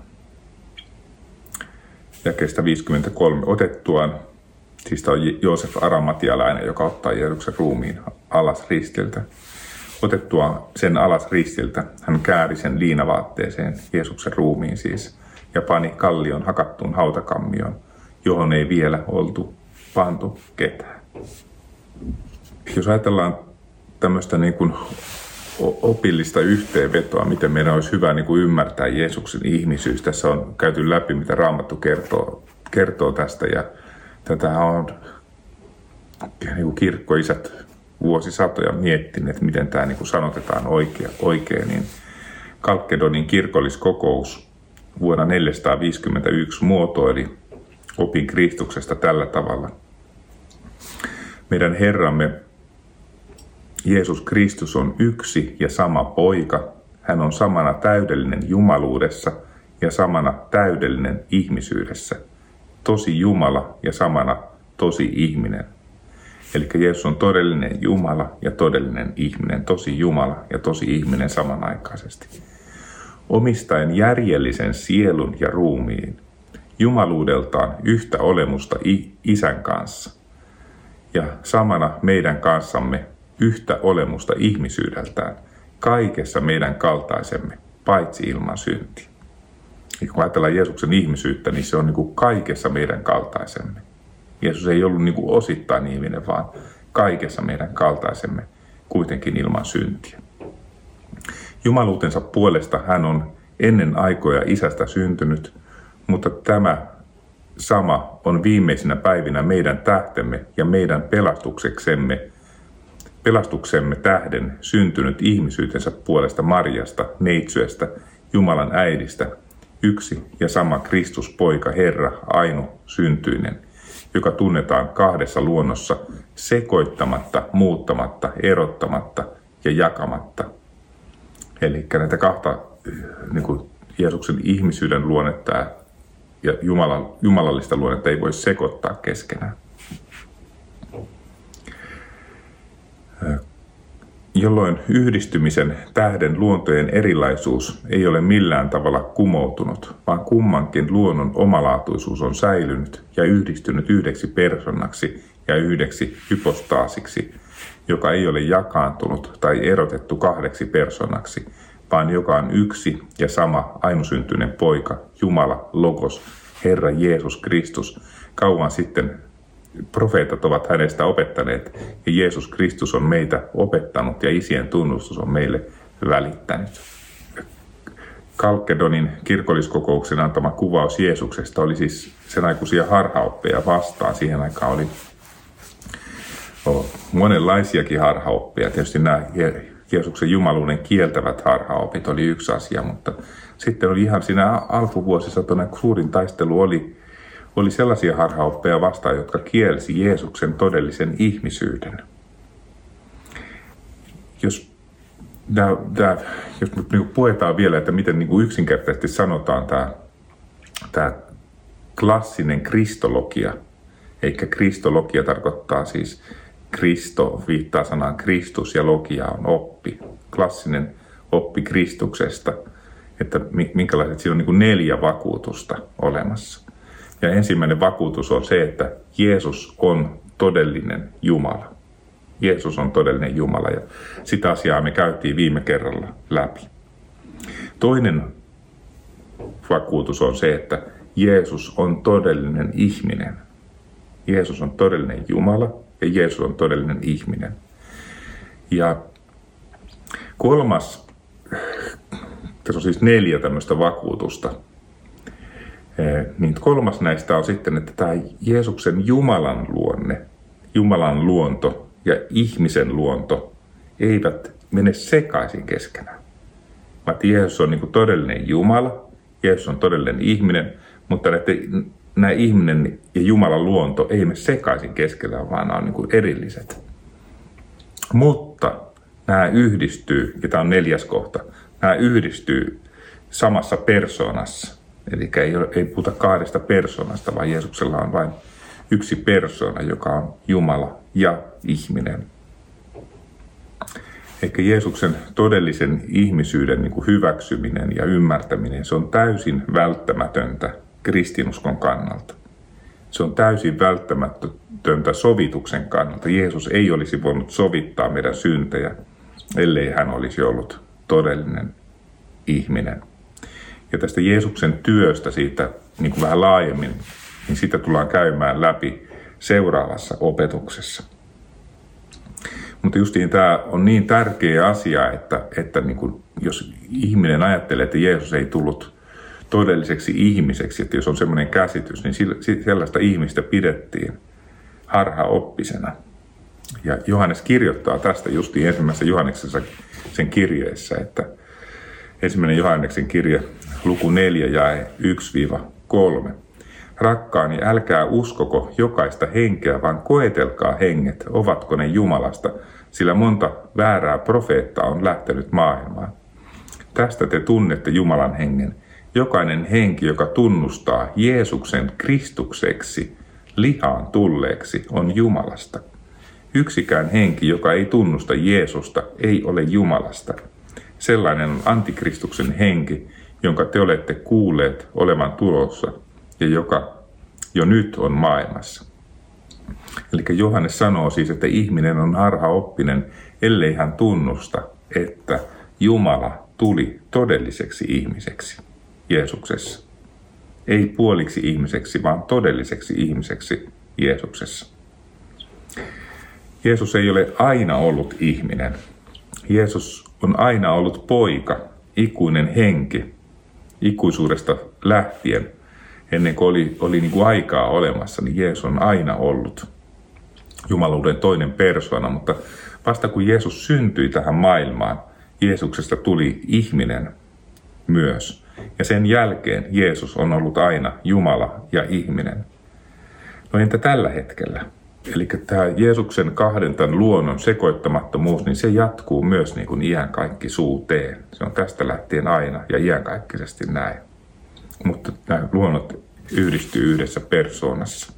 Jakeesta 53 otettuaan, siis tämä on Joosef Aramatialainen, joka ottaa Jeesuksen ruumiin alas ristiltä. Otettua sen alas ristiltä, hän kääri sen liinavaatteeseen, Jeesuksen ruumiin siis, ja pani kallion hakattuun hautakammioon, johon ei vielä oltu pantu ketään. Jos ajatellaan tämmöistä niin kuin opillista yhteenvetoa, miten meidän olisi hyvä niin kuin ymmärtää Jeesuksen ihmisyys. Tässä on käyty läpi, mitä Raamattu kertoo tästä, ja tätä on niin kuin kirkkoisät vuosisatoja miettineet, miten tämä niin kuin sanotetaan oikein, niin Kalkkedonin kirkolliskokous vuonna 451 muotoili opin Kristuksesta tällä tavalla. Meidän Herramme Jeesus Kristus on yksi ja sama poika. Hän on samana täydellinen jumaluudessa ja samana täydellinen ihmisyydessä. Tosi Jumala ja samana tosi ihminen. Eli Jeesus on todellinen Jumala ja todellinen ihminen. Tosi Jumala ja tosi ihminen samanaikaisesti. Omistaen järjellisen sielun ja ruumiin. Jumaluudeltaan yhtä olemusta Isän kanssa. Ja samana meidän kanssamme yhtä olemusta ihmisyydeltään, kaikessa meidän kaltaisemme, paitsi ilman syntiä. Ja kun ajatellaan Jeesuksen ihmisyyttä, niin se on niin kuin kaikessa meidän kaltaisemme. Jeesus ei ollut niin kuin osittain ihminen, vaan kaikessa meidän kaltaisemme, kuitenkin ilman syntiä. Jumaluutensa puolesta hän on ennen aikoja Isästä syntynyt, mutta tämä sama on viimeisinä päivinä meidän tähtemme ja meidän pelastuksemme tähden syntynyt ihmisyytensä puolesta Marjasta, neitsyöstä, Jumalan äidistä, yksi ja sama Kristus poika Herra, aino syntyinen, joka tunnetaan kahdessa luonnossa, sekoittamatta, muuttamatta, erottamatta ja jakamatta. Eli näitä kahta niin kuin Jeesuksen ihmisyyden luonnetta ja jumalallista luonnetta ei voi sekoittaa keskenään. Jolloin yhdistymisen tähden luontojen erilaisuus ei ole millään tavalla kumoutunut, vaan kummankin luonnon omalaatuisuus on säilynyt ja yhdistynyt yhdeksi persoonaksi ja yhdeksi hypostaasiksi, joka ei ole jakaantunut tai erotettu kahdeksi persoonaksi, vaan joka on yksi ja sama ainosyntyinen poika, Jumala, Logos, Herra Jeesus Kristus. Kauan sitten profeetat ovat hänestä opettaneet, ja Jeesus Kristus on meitä opettanut, ja isien tunnustus on meille välittänyt. Kalkkedonin kirkolliskokouksen antama kuvaus Jeesuksesta oli siis sen aikuisia harhaoppeja vastaan. Siihen aikaan oli monenlaisiakin harhaoppeja. Tietysti nämä Jeesuksen jumaluuden kieltävät harhaopit oli yksi asia, mutta sitten oli ihan siinä alkuvuosisatoina suurin taistelu oli sellaisia harhaoppeja vastaan, jotka kielsi Jeesuksen todellisen ihmisyyden. Jos me puetaan vielä, että miten niin kuin yksinkertaisesti sanotaan tämä klassinen kristologia, eikä kristologia tarkoittaa siis Kristo, viittaa sanaan Kristus ja logia on oppi, klassinen oppi Kristuksesta, että minkälaiset siinä on niin kuin 4 vakuutusta olemassa. Ja ensimmäinen vakuutus on se, että Jeesus on todellinen Jumala. Jeesus on todellinen Jumala ja sitä asiaa me käytiin viime kerralla läpi. Toinen vakuutus on se, että Jeesus on todellinen ihminen. Jeesus on todellinen Jumala ja Jeesus on todellinen ihminen. Ja kolmas, tässä on siis 4 tämmöistä vakuutusta. Niin kolmas näistä on sitten, että tämä Jeesuksen Jumalan luonne, Jumalan luonto ja ihmisen luonto eivät mene sekaisin keskenään. Vaan Jeesus on niin kuin todellinen Jumala, Jeesus on todellinen ihminen, mutta nämä ihminen ja Jumalan luonto ei mene sekaisin keskenään, vaan nämä on niin kuin erilliset. Mutta nämä yhdistyy, ja tämä on 4. kohta, nämä yhdistyy samassa persoonassa. Eli ei puhuta 2 persoonasta, vaan Jeesuksella on vain yksi persoona, joka on Jumala ja ihminen. Eikä Jeesuksen todellisen ihmisyyden niin kuin hyväksyminen ja ymmärtäminen, se on täysin välttämätöntä kristinuskon kannalta. Se on täysin välttämätöntä sovituksen kannalta. Jeesus ei olisi voinut sovittaa meidän syntejä, ellei hän olisi ollut todellinen ihminen. Ja tästä Jeesuksen työstä siitä niin kuin vähän laajemmin, niin sitä tullaan käymään läpi seuraavassa opetuksessa. Mutta justiin tämä on niin tärkeä asia, että niin kuin, jos ihminen ajattelee, että Jeesus ei tullut todelliseksi ihmiseksi, että jos on semmoinen käsitys, niin sellaista ihmistä pidettiin harhaoppisena. Ja Johannes kirjoittaa tästä justiin ensimmäisessä Johanneksensa sen kirjeessä, että 1. Johanneksen kirje, luku 4, jae 1-3. Rakkaani, älkää uskoko jokaista henkeä, vaan koetelkaa henget, ovatko ne Jumalasta, sillä monta väärää profeettaa on lähtenyt maailmaan. Tästä te tunnette Jumalan hengen. Jokainen henki, joka tunnustaa Jeesuksen Kristukseksi, lihaan tulleeksi, on Jumalasta. Yksikään henki, joka ei tunnusta Jeesusta, ei ole Jumalasta. Sellainen on antikristuksen henki, jonka te olette kuulleet olevan tulossa ja joka jo nyt on maailmassa. Eli Johannes sanoo siis, että ihminen on harhaoppinen, ellei hän tunnusta, että Jumala tuli todelliseksi ihmiseksi Jeesuksessa. Ei puoliksi ihmiseksi, vaan todelliseksi ihmiseksi Jeesuksessa. Jeesus ei ole aina ollut ihminen. Jeesus on aina ollut poika, ikuinen henki, ikuisuudesta lähtien. Ennen kuin oli niin kuin aikaa olemassa, niin Jeesus on aina ollut jumaluuden toinen persoona. Mutta vasta kun Jeesus syntyi tähän maailmaan, Jeesuksesta tuli ihminen myös. Ja sen jälkeen Jeesus on ollut aina Jumala ja ihminen. No entä tällä hetkellä? Eli tämä Jeesuksen kahden tämän luonnon sekoittamattomuus, niin se jatkuu myös niin kuin iänkaikkisuuteen. Se on tästä lähtien aina ja iänkaikkisesti näin. Mutta nämä luonnot yhdistyy yhdessä persoonassa.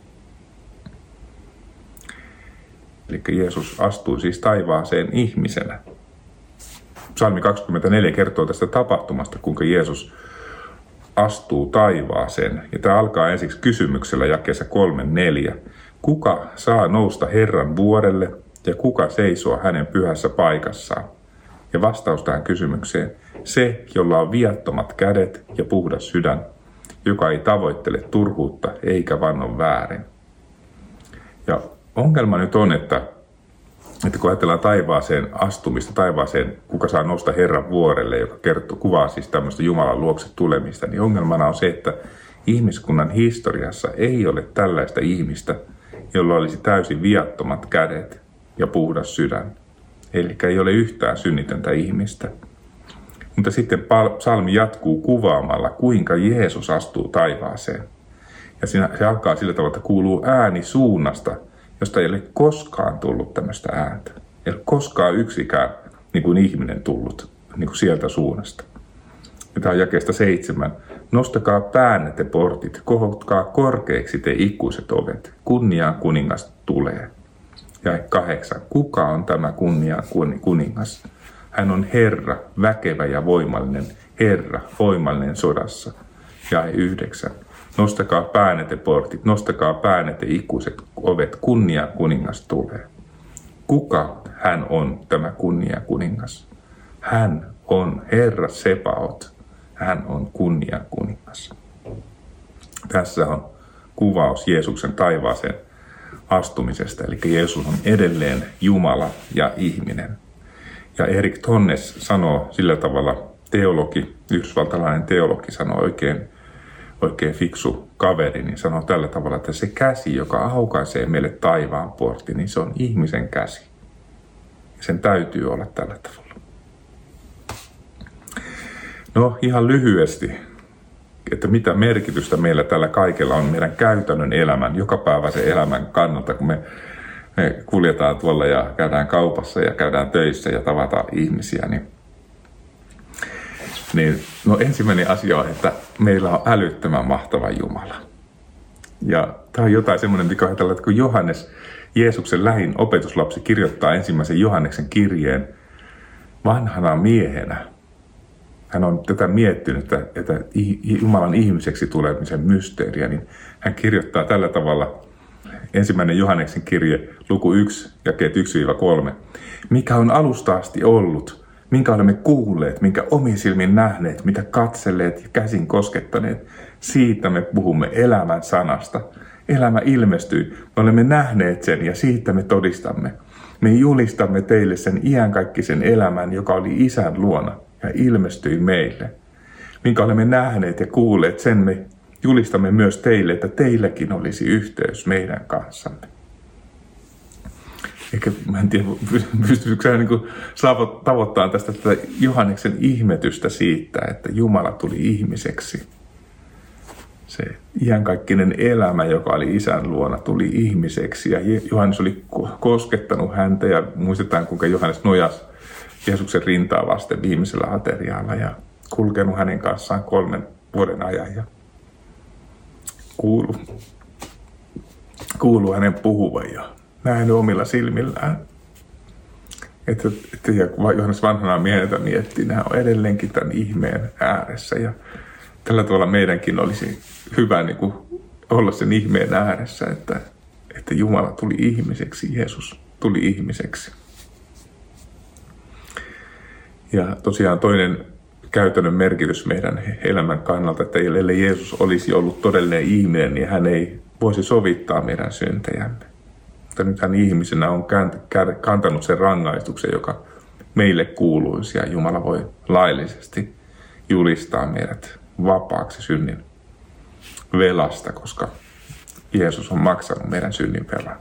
Eli Jeesus astui siis taivaaseen ihmisenä. Psalmi 24 kertoo tästä tapahtumasta, kuinka Jeesus astuu taivaaseen. Ja tämä alkaa ensiksi kysymyksellä jakeessa 3-4. Kuka saa nousta Herran vuorelle ja kuka seisoo hänen pyhässä paikassaan? Ja vastaus tähän kysymykseen, se, jolla on viattomat kädet ja puhdas sydän, joka ei tavoittele turhuutta eikä vanno väärin. Ja ongelma nyt on, että kun ajatellaan taivaaseen astumista, taivaaseen, kuka saa nousta Herran vuorelle, joka kuvaa siis tämmöistä Jumalan luokse tulemista, niin ongelmana on se, että ihmiskunnan historiassa ei ole tällaista ihmistä, jolla olisi täysin viattomat kädet ja puhdas sydän. Eli ei ole yhtään synnitöntä ihmistä. Mutta sitten psalmi jatkuu kuvaamalla, kuinka Jeesus astuu taivaaseen. Ja se alkaa sillä tavalla, että kuuluu ääni suunnasta, josta ei ole koskaan tullut tämmöistä ääntä. Ei ole koskaan yksikään niin kuin ihminen tullut niin kuin sieltä suunnasta. Ja tämä on jakeesta 7. Nostakaa päänne te portit, kohotkaa korkeiksi te ikuiset ovet. Kunniaan kuningas tulee. Ja 8. Kuka on tämä kunniaan kuningas? Hän on Herra, väkevä ja voimallinen, Herra, voimallinen sodassa. Ja 9. Nostakaa päänne te portit, nostakaa päänne te ikuiset ovet, kunniaan kuningas tulee. Kuka hän on tämä kunniaan kuningas? Hän on Herra Sebaot. Hän on kunniaan kuningas. Tässä on kuvaus Jeesuksen taivaaseen astumisesta. Eli Jeesus on edelleen Jumala ja ihminen. Ja Erik Tonnes sanoo sillä tavalla, yhdysvaltalainen teologi sanoo oikein fiksu kaveri, niin sanoo tällä tavalla, että se käsi, joka aukaisee meille taivaan portti, niin se on ihmisen käsi. Ja sen täytyy olla tällä tavalla. No ihan lyhyesti, että mitä merkitystä meillä tällä kaikella on meidän käytännön elämän, jokapäiväisen elämän kannalta, kun me kuljetaan tuolla ja käydään kaupassa ja käydään töissä ja tavataan ihmisiä. No ensimmäinen asia on, että meillä on älyttömän mahtava Jumala. Ja tämä on jotain semmoinen, mikä ajatellaan, että kun Johannes, Jeesuksen lähin opetuslapsi, kirjoittaa ensimmäisen Johanneksen kirjeen vanhana miehenä, hän on tätä miettinyt, että Jumalan ihmiseksi tulemisen mysteeriä, niin hän kirjoittaa tällä tavalla ensimmäinen Johanneksen kirje, luku 1, jakeet 1-3. Mikä on alusta asti ollut, minkä olemme kuulleet, minkä omin silmin nähneet, mitä katselleet ja käsin koskettaneet, siitä me puhumme elämän sanasta. Elämä ilmestyi, me olemme nähneet sen ja siitä me todistamme. Me julistamme teille sen iankaikkisen elämän, joka oli Isän luona ja ilmestyi meille. Minkä olemme nähneet ja kuulleet, sen me julistamme myös teille, että teilläkin olisi yhteys meidän kanssamme. Eikä mä en tiedä, pystyisikö sä niin tavoittamaan tästä Johanneksen ihmetystä siitä, että Jumala tuli ihmiseksi. Se iankaikkinen elämä, joka oli Isän luona, tuli ihmiseksi ja Johannes oli koskettanut häntä ja muistetaan, kuinka Johannes nojasi Jeesuksen rintaa vasten viimeisellä aterialla ja kulkenut hänen kanssaan 3 vuoden ajan ja kuulu hänen puhuvan ja nähnyt omilla silmillään. Että Johannes vanhana miehenä miettii, nämä on edelleenkin tämän ihmeen ääressä ja tällä tavalla meidänkin olisi hyvä niin kuin olla sen ihmeen ääressä, että Jumala tuli ihmiseksi, Jeesus tuli ihmiseksi. Ja tosiaan toinen käytännön merkitys meidän elämän kannalta, että ellei Jeesus olisi ollut todellinen ihminen, niin hän ei voisi sovittaa meidän syntejämme. Mutta nyt hän ihmisenä on kantanut sen rangaistuksen, joka meille kuuluisi ja Jumala voi laillisesti julistaa meidät vapaaksi synnin velasta, koska Jeesus on maksanut meidän synnin velan.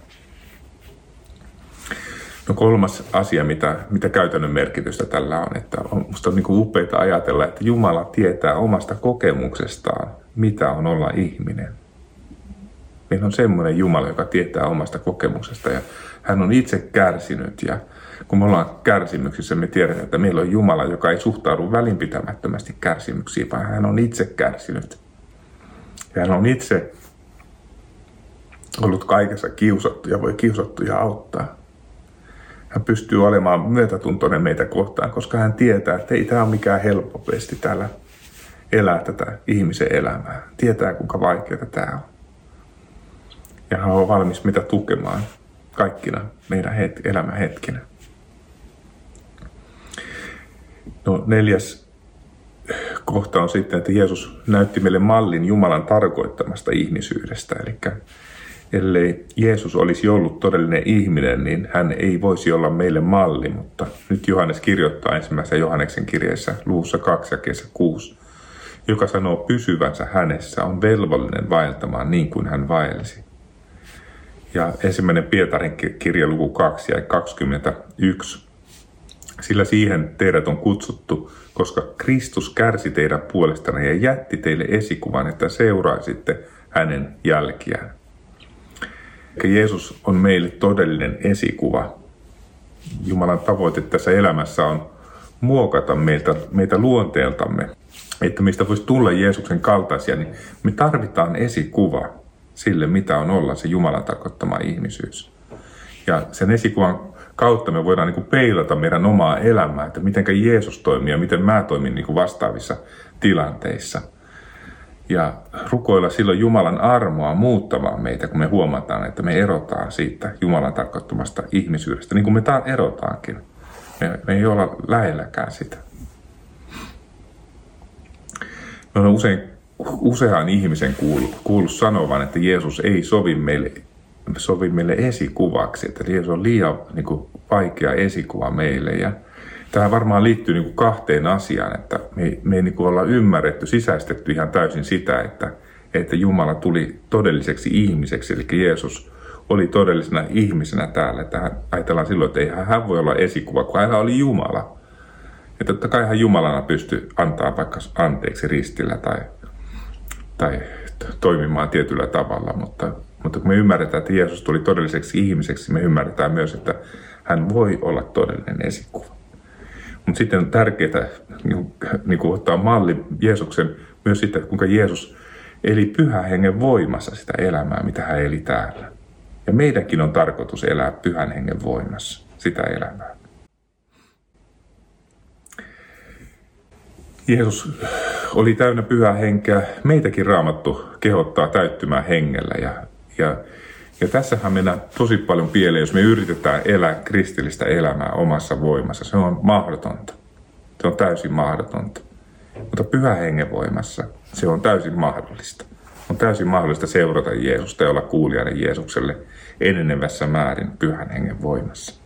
No 3. asia, mitä käytännön merkitystä tällä on, että musta on niin kuin upeita ajatella, että Jumala tietää omasta kokemuksestaan, mitä on olla ihminen. Meillä on semmoinen Jumala, joka tietää omasta kokemuksesta ja hän on itse kärsinyt ja kun me ollaan kärsimyksissä, me tiedetään, että meillä on Jumala, joka ei suhtaudu välinpitämättömästi kärsimyksiin, vaan hän on itse kärsinyt. Ja hän on itse ollut kaikessa kiusattu ja voi kiusattuja auttaa. Hän pystyy olemaan myötätuntoinen meitä kohtaan, koska hän tietää, että ei tämä ole mikään helppo pesti täällä elää tätä ihmisen elämää. Tietää, kuinka vaikeaa tämä on. Ja hän on valmis meitä tukemaan kaikkina meidän elämän hetkinä. No 4. kohta on sitten, että Jeesus näytti meille mallin Jumalan tarkoittamasta ihmisyydestä. Eli ellei Jeesus olisi ollut todellinen ihminen, niin hän ei voisi olla meille malli. Mutta nyt Johannes kirjoittaa ensimmäisessä Johanneksen kirjeessä luvussa 2 jakeessa 6, joka sanoo pysyvänsä hänessä on velvollinen vaeltamaan niin kuin hän vaelsi. Ja ensimmäinen Pietarin kirja luku 2 ja 21 Sillä siihen teidät on kutsuttu, koska Kristus kärsi teidän puolestanne ja jätti teille esikuvan, että seuraisitte hänen jälkiään. Jeesus on meille todellinen esikuva. Jumalan tavoite tässä elämässä on muokata meitä luonteeltamme, että meistä voisi tulla Jeesuksen kaltaisia, niin me tarvitaan esikuva sille, mitä on olla se Jumalan tarkoittama ihmisyys. Ja sen esikuvan kautta me voidaan peilata meidän omaa elämää, että miten Jeesus toimii ja miten mä toimin vastaavissa tilanteissa. Ja rukoilla silloin Jumalan armoa muuttamaan meitä, kun me huomataan, että me erotaan siitä Jumalan tarkoittamasta ihmisyydestä, niin kuin me erotaankin. Me ei olla lähelläkään sitä. Me on usean ihmisen kuullut sanovan, että Jeesus ei sovi meille esikuvaksi, että Jeesus on liian vaikea esikuva meille. Ja tähän varmaan liittyy kahteen asiaan, että me ei olla ymmärretty, sisäistetty ihan täysin sitä, että Jumala tuli todelliseksi ihmiseksi, eli Jeesus oli todellisena ihmisenä täällä. Että ajatellaan silloin, että ei hän voi olla esikuva, kun hän oli Jumala. Ja totta kai hän Jumalana pystyi antaa vaikka anteeksi ristillä tai toimimaan tietyllä tavalla, mutta kun me ymmärretään, että Jeesus tuli todelliseksi ihmiseksi, me ymmärretään myös, että hän voi olla todellinen esikuva. Mutta sitten on tärkeää ottaa malli Jeesuksen myös sitä, kuinka Jeesus eli Pyhän Hengen voimassa sitä elämää, mitä hän eli täällä. Ja meidänkin on tarkoitus elää Pyhän Hengen voimassa sitä elämää. Jeesus oli täynnä Pyhää Henkeä. Meitäkin Raamattu kehottaa täyttymään hengellä. Ja tässähän mennään tosi paljon pieleen, jos me yritetään elää kristillistä elämää omassa voimassa. Se on mahdotonta. Se on täysin mahdotonta. Mutta Pyhän Hengen voimassa se on täysin mahdollista. On täysin mahdollista seurata Jeesusta ja olla kuulijainen Jeesukselle enenevässä määrin Pyhän Hengen voimassa.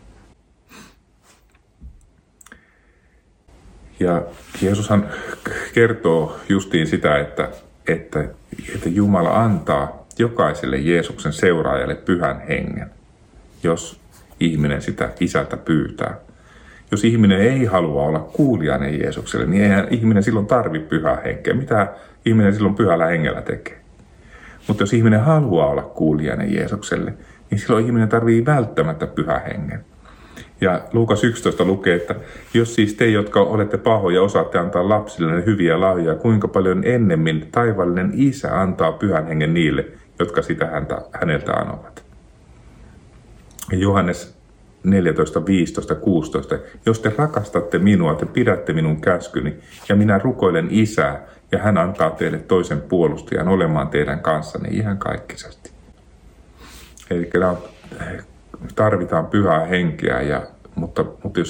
Ja Jeesushan kertoo justiin sitä, että Jumala antaa jokaiselle Jeesuksen seuraajalle Pyhän Hengen, jos ihminen sitä Isältä pyytää. Jos ihminen ei halua olla kuulijainen Jeesukselle, niin eihän ihminen silloin tarvitse Pyhää Henkeä. Mitä ihminen silloin Pyhällä Hengellä tekee? Mutta jos ihminen haluaa olla kuulijainen Jeesukselle, niin silloin ihminen tarvitsee välttämättä Pyhän Hengen. Ja Luukas 11 lukee, että jos siis te, jotka olette pahoja, osaatte antaa lapsille hyviä lahjoja, kuinka paljon ennemmin taivaallinen Isä antaa Pyhän Hengen niille, jotka sitä häneltä anovat. Ja Johannes 14, 15, 16. Jos te rakastatte minua, te pidätte minun käskyni, ja minä rukoilen Isää, ja hän antaa teille toisen puolustajan olemaan teidän kanssanne ihan kaikkisesti. Eli tarvitaan Pyhää Henkeä, mutta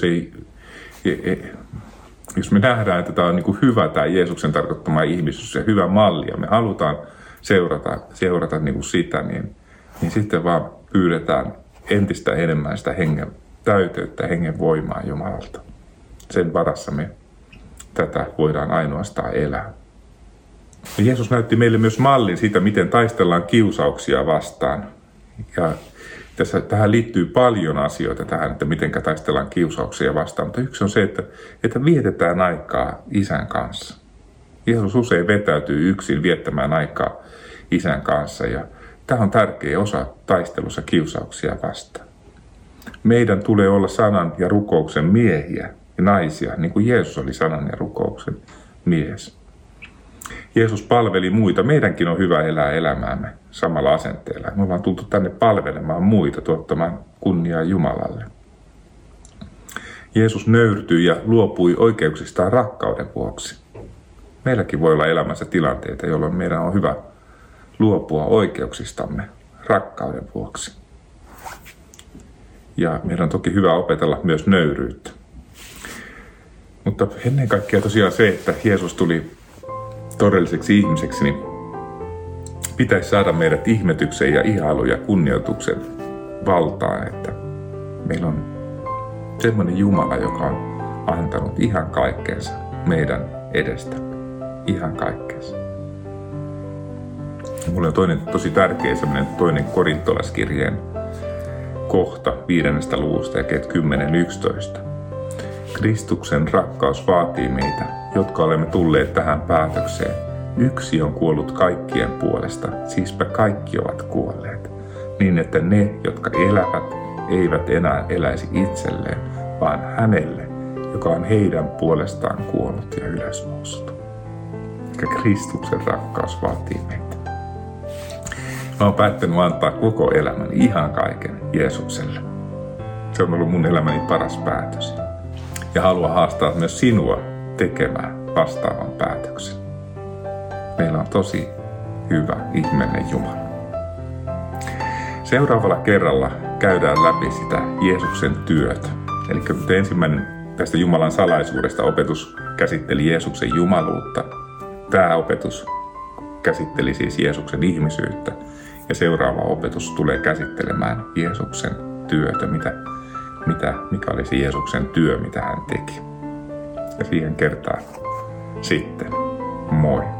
jos me nähdään, että tämä on hyvä tämä Jeesuksen tarkoittama ihmisyys ja hyvä malli, ja me halutaan seurata sitä, niin sitten vaan pyydetään entistä enemmän sitä hengen täyteyttä, hengen voimaa Jumalalta. Sen varassa me tätä voidaan ainoastaan elää. Ja Jeesus näytti meille myös mallin siitä, miten taistellaan kiusauksia vastaan. Ja tähän liittyy paljon asioita tähän, että miten taistellaan kiusauksia vastaan. Mutta yksi on se, että vietetään aikaa Isän kanssa. Jeesus usein vetäytyy yksin viettämään aikaa Isän kanssa. Ja tämä on tärkeä osa taistelussa kiusauksia vastaan. Meidän tulee olla sanan ja rukouksen miehiä ja naisia, niin kuin Jeesus oli sanan ja rukouksen mies. Jeesus palveli muita. Meidänkin on hyvä elää elämäämme samalla asenteella. Me ollaan tultu tänne palvelemaan muita, tuottamaan kunniaa Jumalalle. Jeesus nöyrtyi ja luopui oikeuksistaan rakkauden vuoksi. Meilläkin voi olla elämässä tilanteita, jolloin meidän on hyvä luopua oikeuksistamme rakkauden vuoksi. Ja meidän on toki hyvä opetella myös nöyryyttä. Mutta ennen kaikkea tosiaan se, että Jeesus tuli todelliseksi ihmiseksi, niin pitäisi saada meidät ihmetyksen ja ihailun ja kunnioituksen valtaan, että meillä on semmoinen Jumala, joka on antanut ihan kaikkeensa meidän edestä. Ihan kaikkeensa. Mulle on toinen tosi tärkeä semmoinen toinen korintolaskirjeen kohta 5. luvusta ja 10.11. Kristuksen rakkaus vaatii meitä, jotka olemme tulleet tähän päätökseen. Yksi on kuollut kaikkien puolesta, siispä kaikki ovat kuolleet, niin että ne, jotka elävät, eivät enää eläisi itselleen, vaan hänelle, joka on heidän puolestaan kuollut ja ylösnoussut. Eli Kristuksen rakkaus vaatii meitä. Mä oon päättänyt antaa koko elämän, ihan kaiken, Jeesukselle. Se on ollut mun elämäni paras päätös. Ja haluan haastaa myös sinua tekemään vastaavan päätöksen. Meillä on tosi hyvä, ihmeellinen Jumala. Seuraavalla kerralla käydään läpi sitä Jeesuksen työtä. Eli ensimmäinen tästä Jumalan salaisuudesta opetus käsitteli Jeesuksen jumaluutta. Tämä opetus käsitteli siis Jeesuksen ihmisyyttä. Ja seuraava opetus tulee käsittelemään Jeesuksen työtä, mikä oli se Jeesuksen työ, mitä hän teki. Ja siihen kertaan sitten. Moi!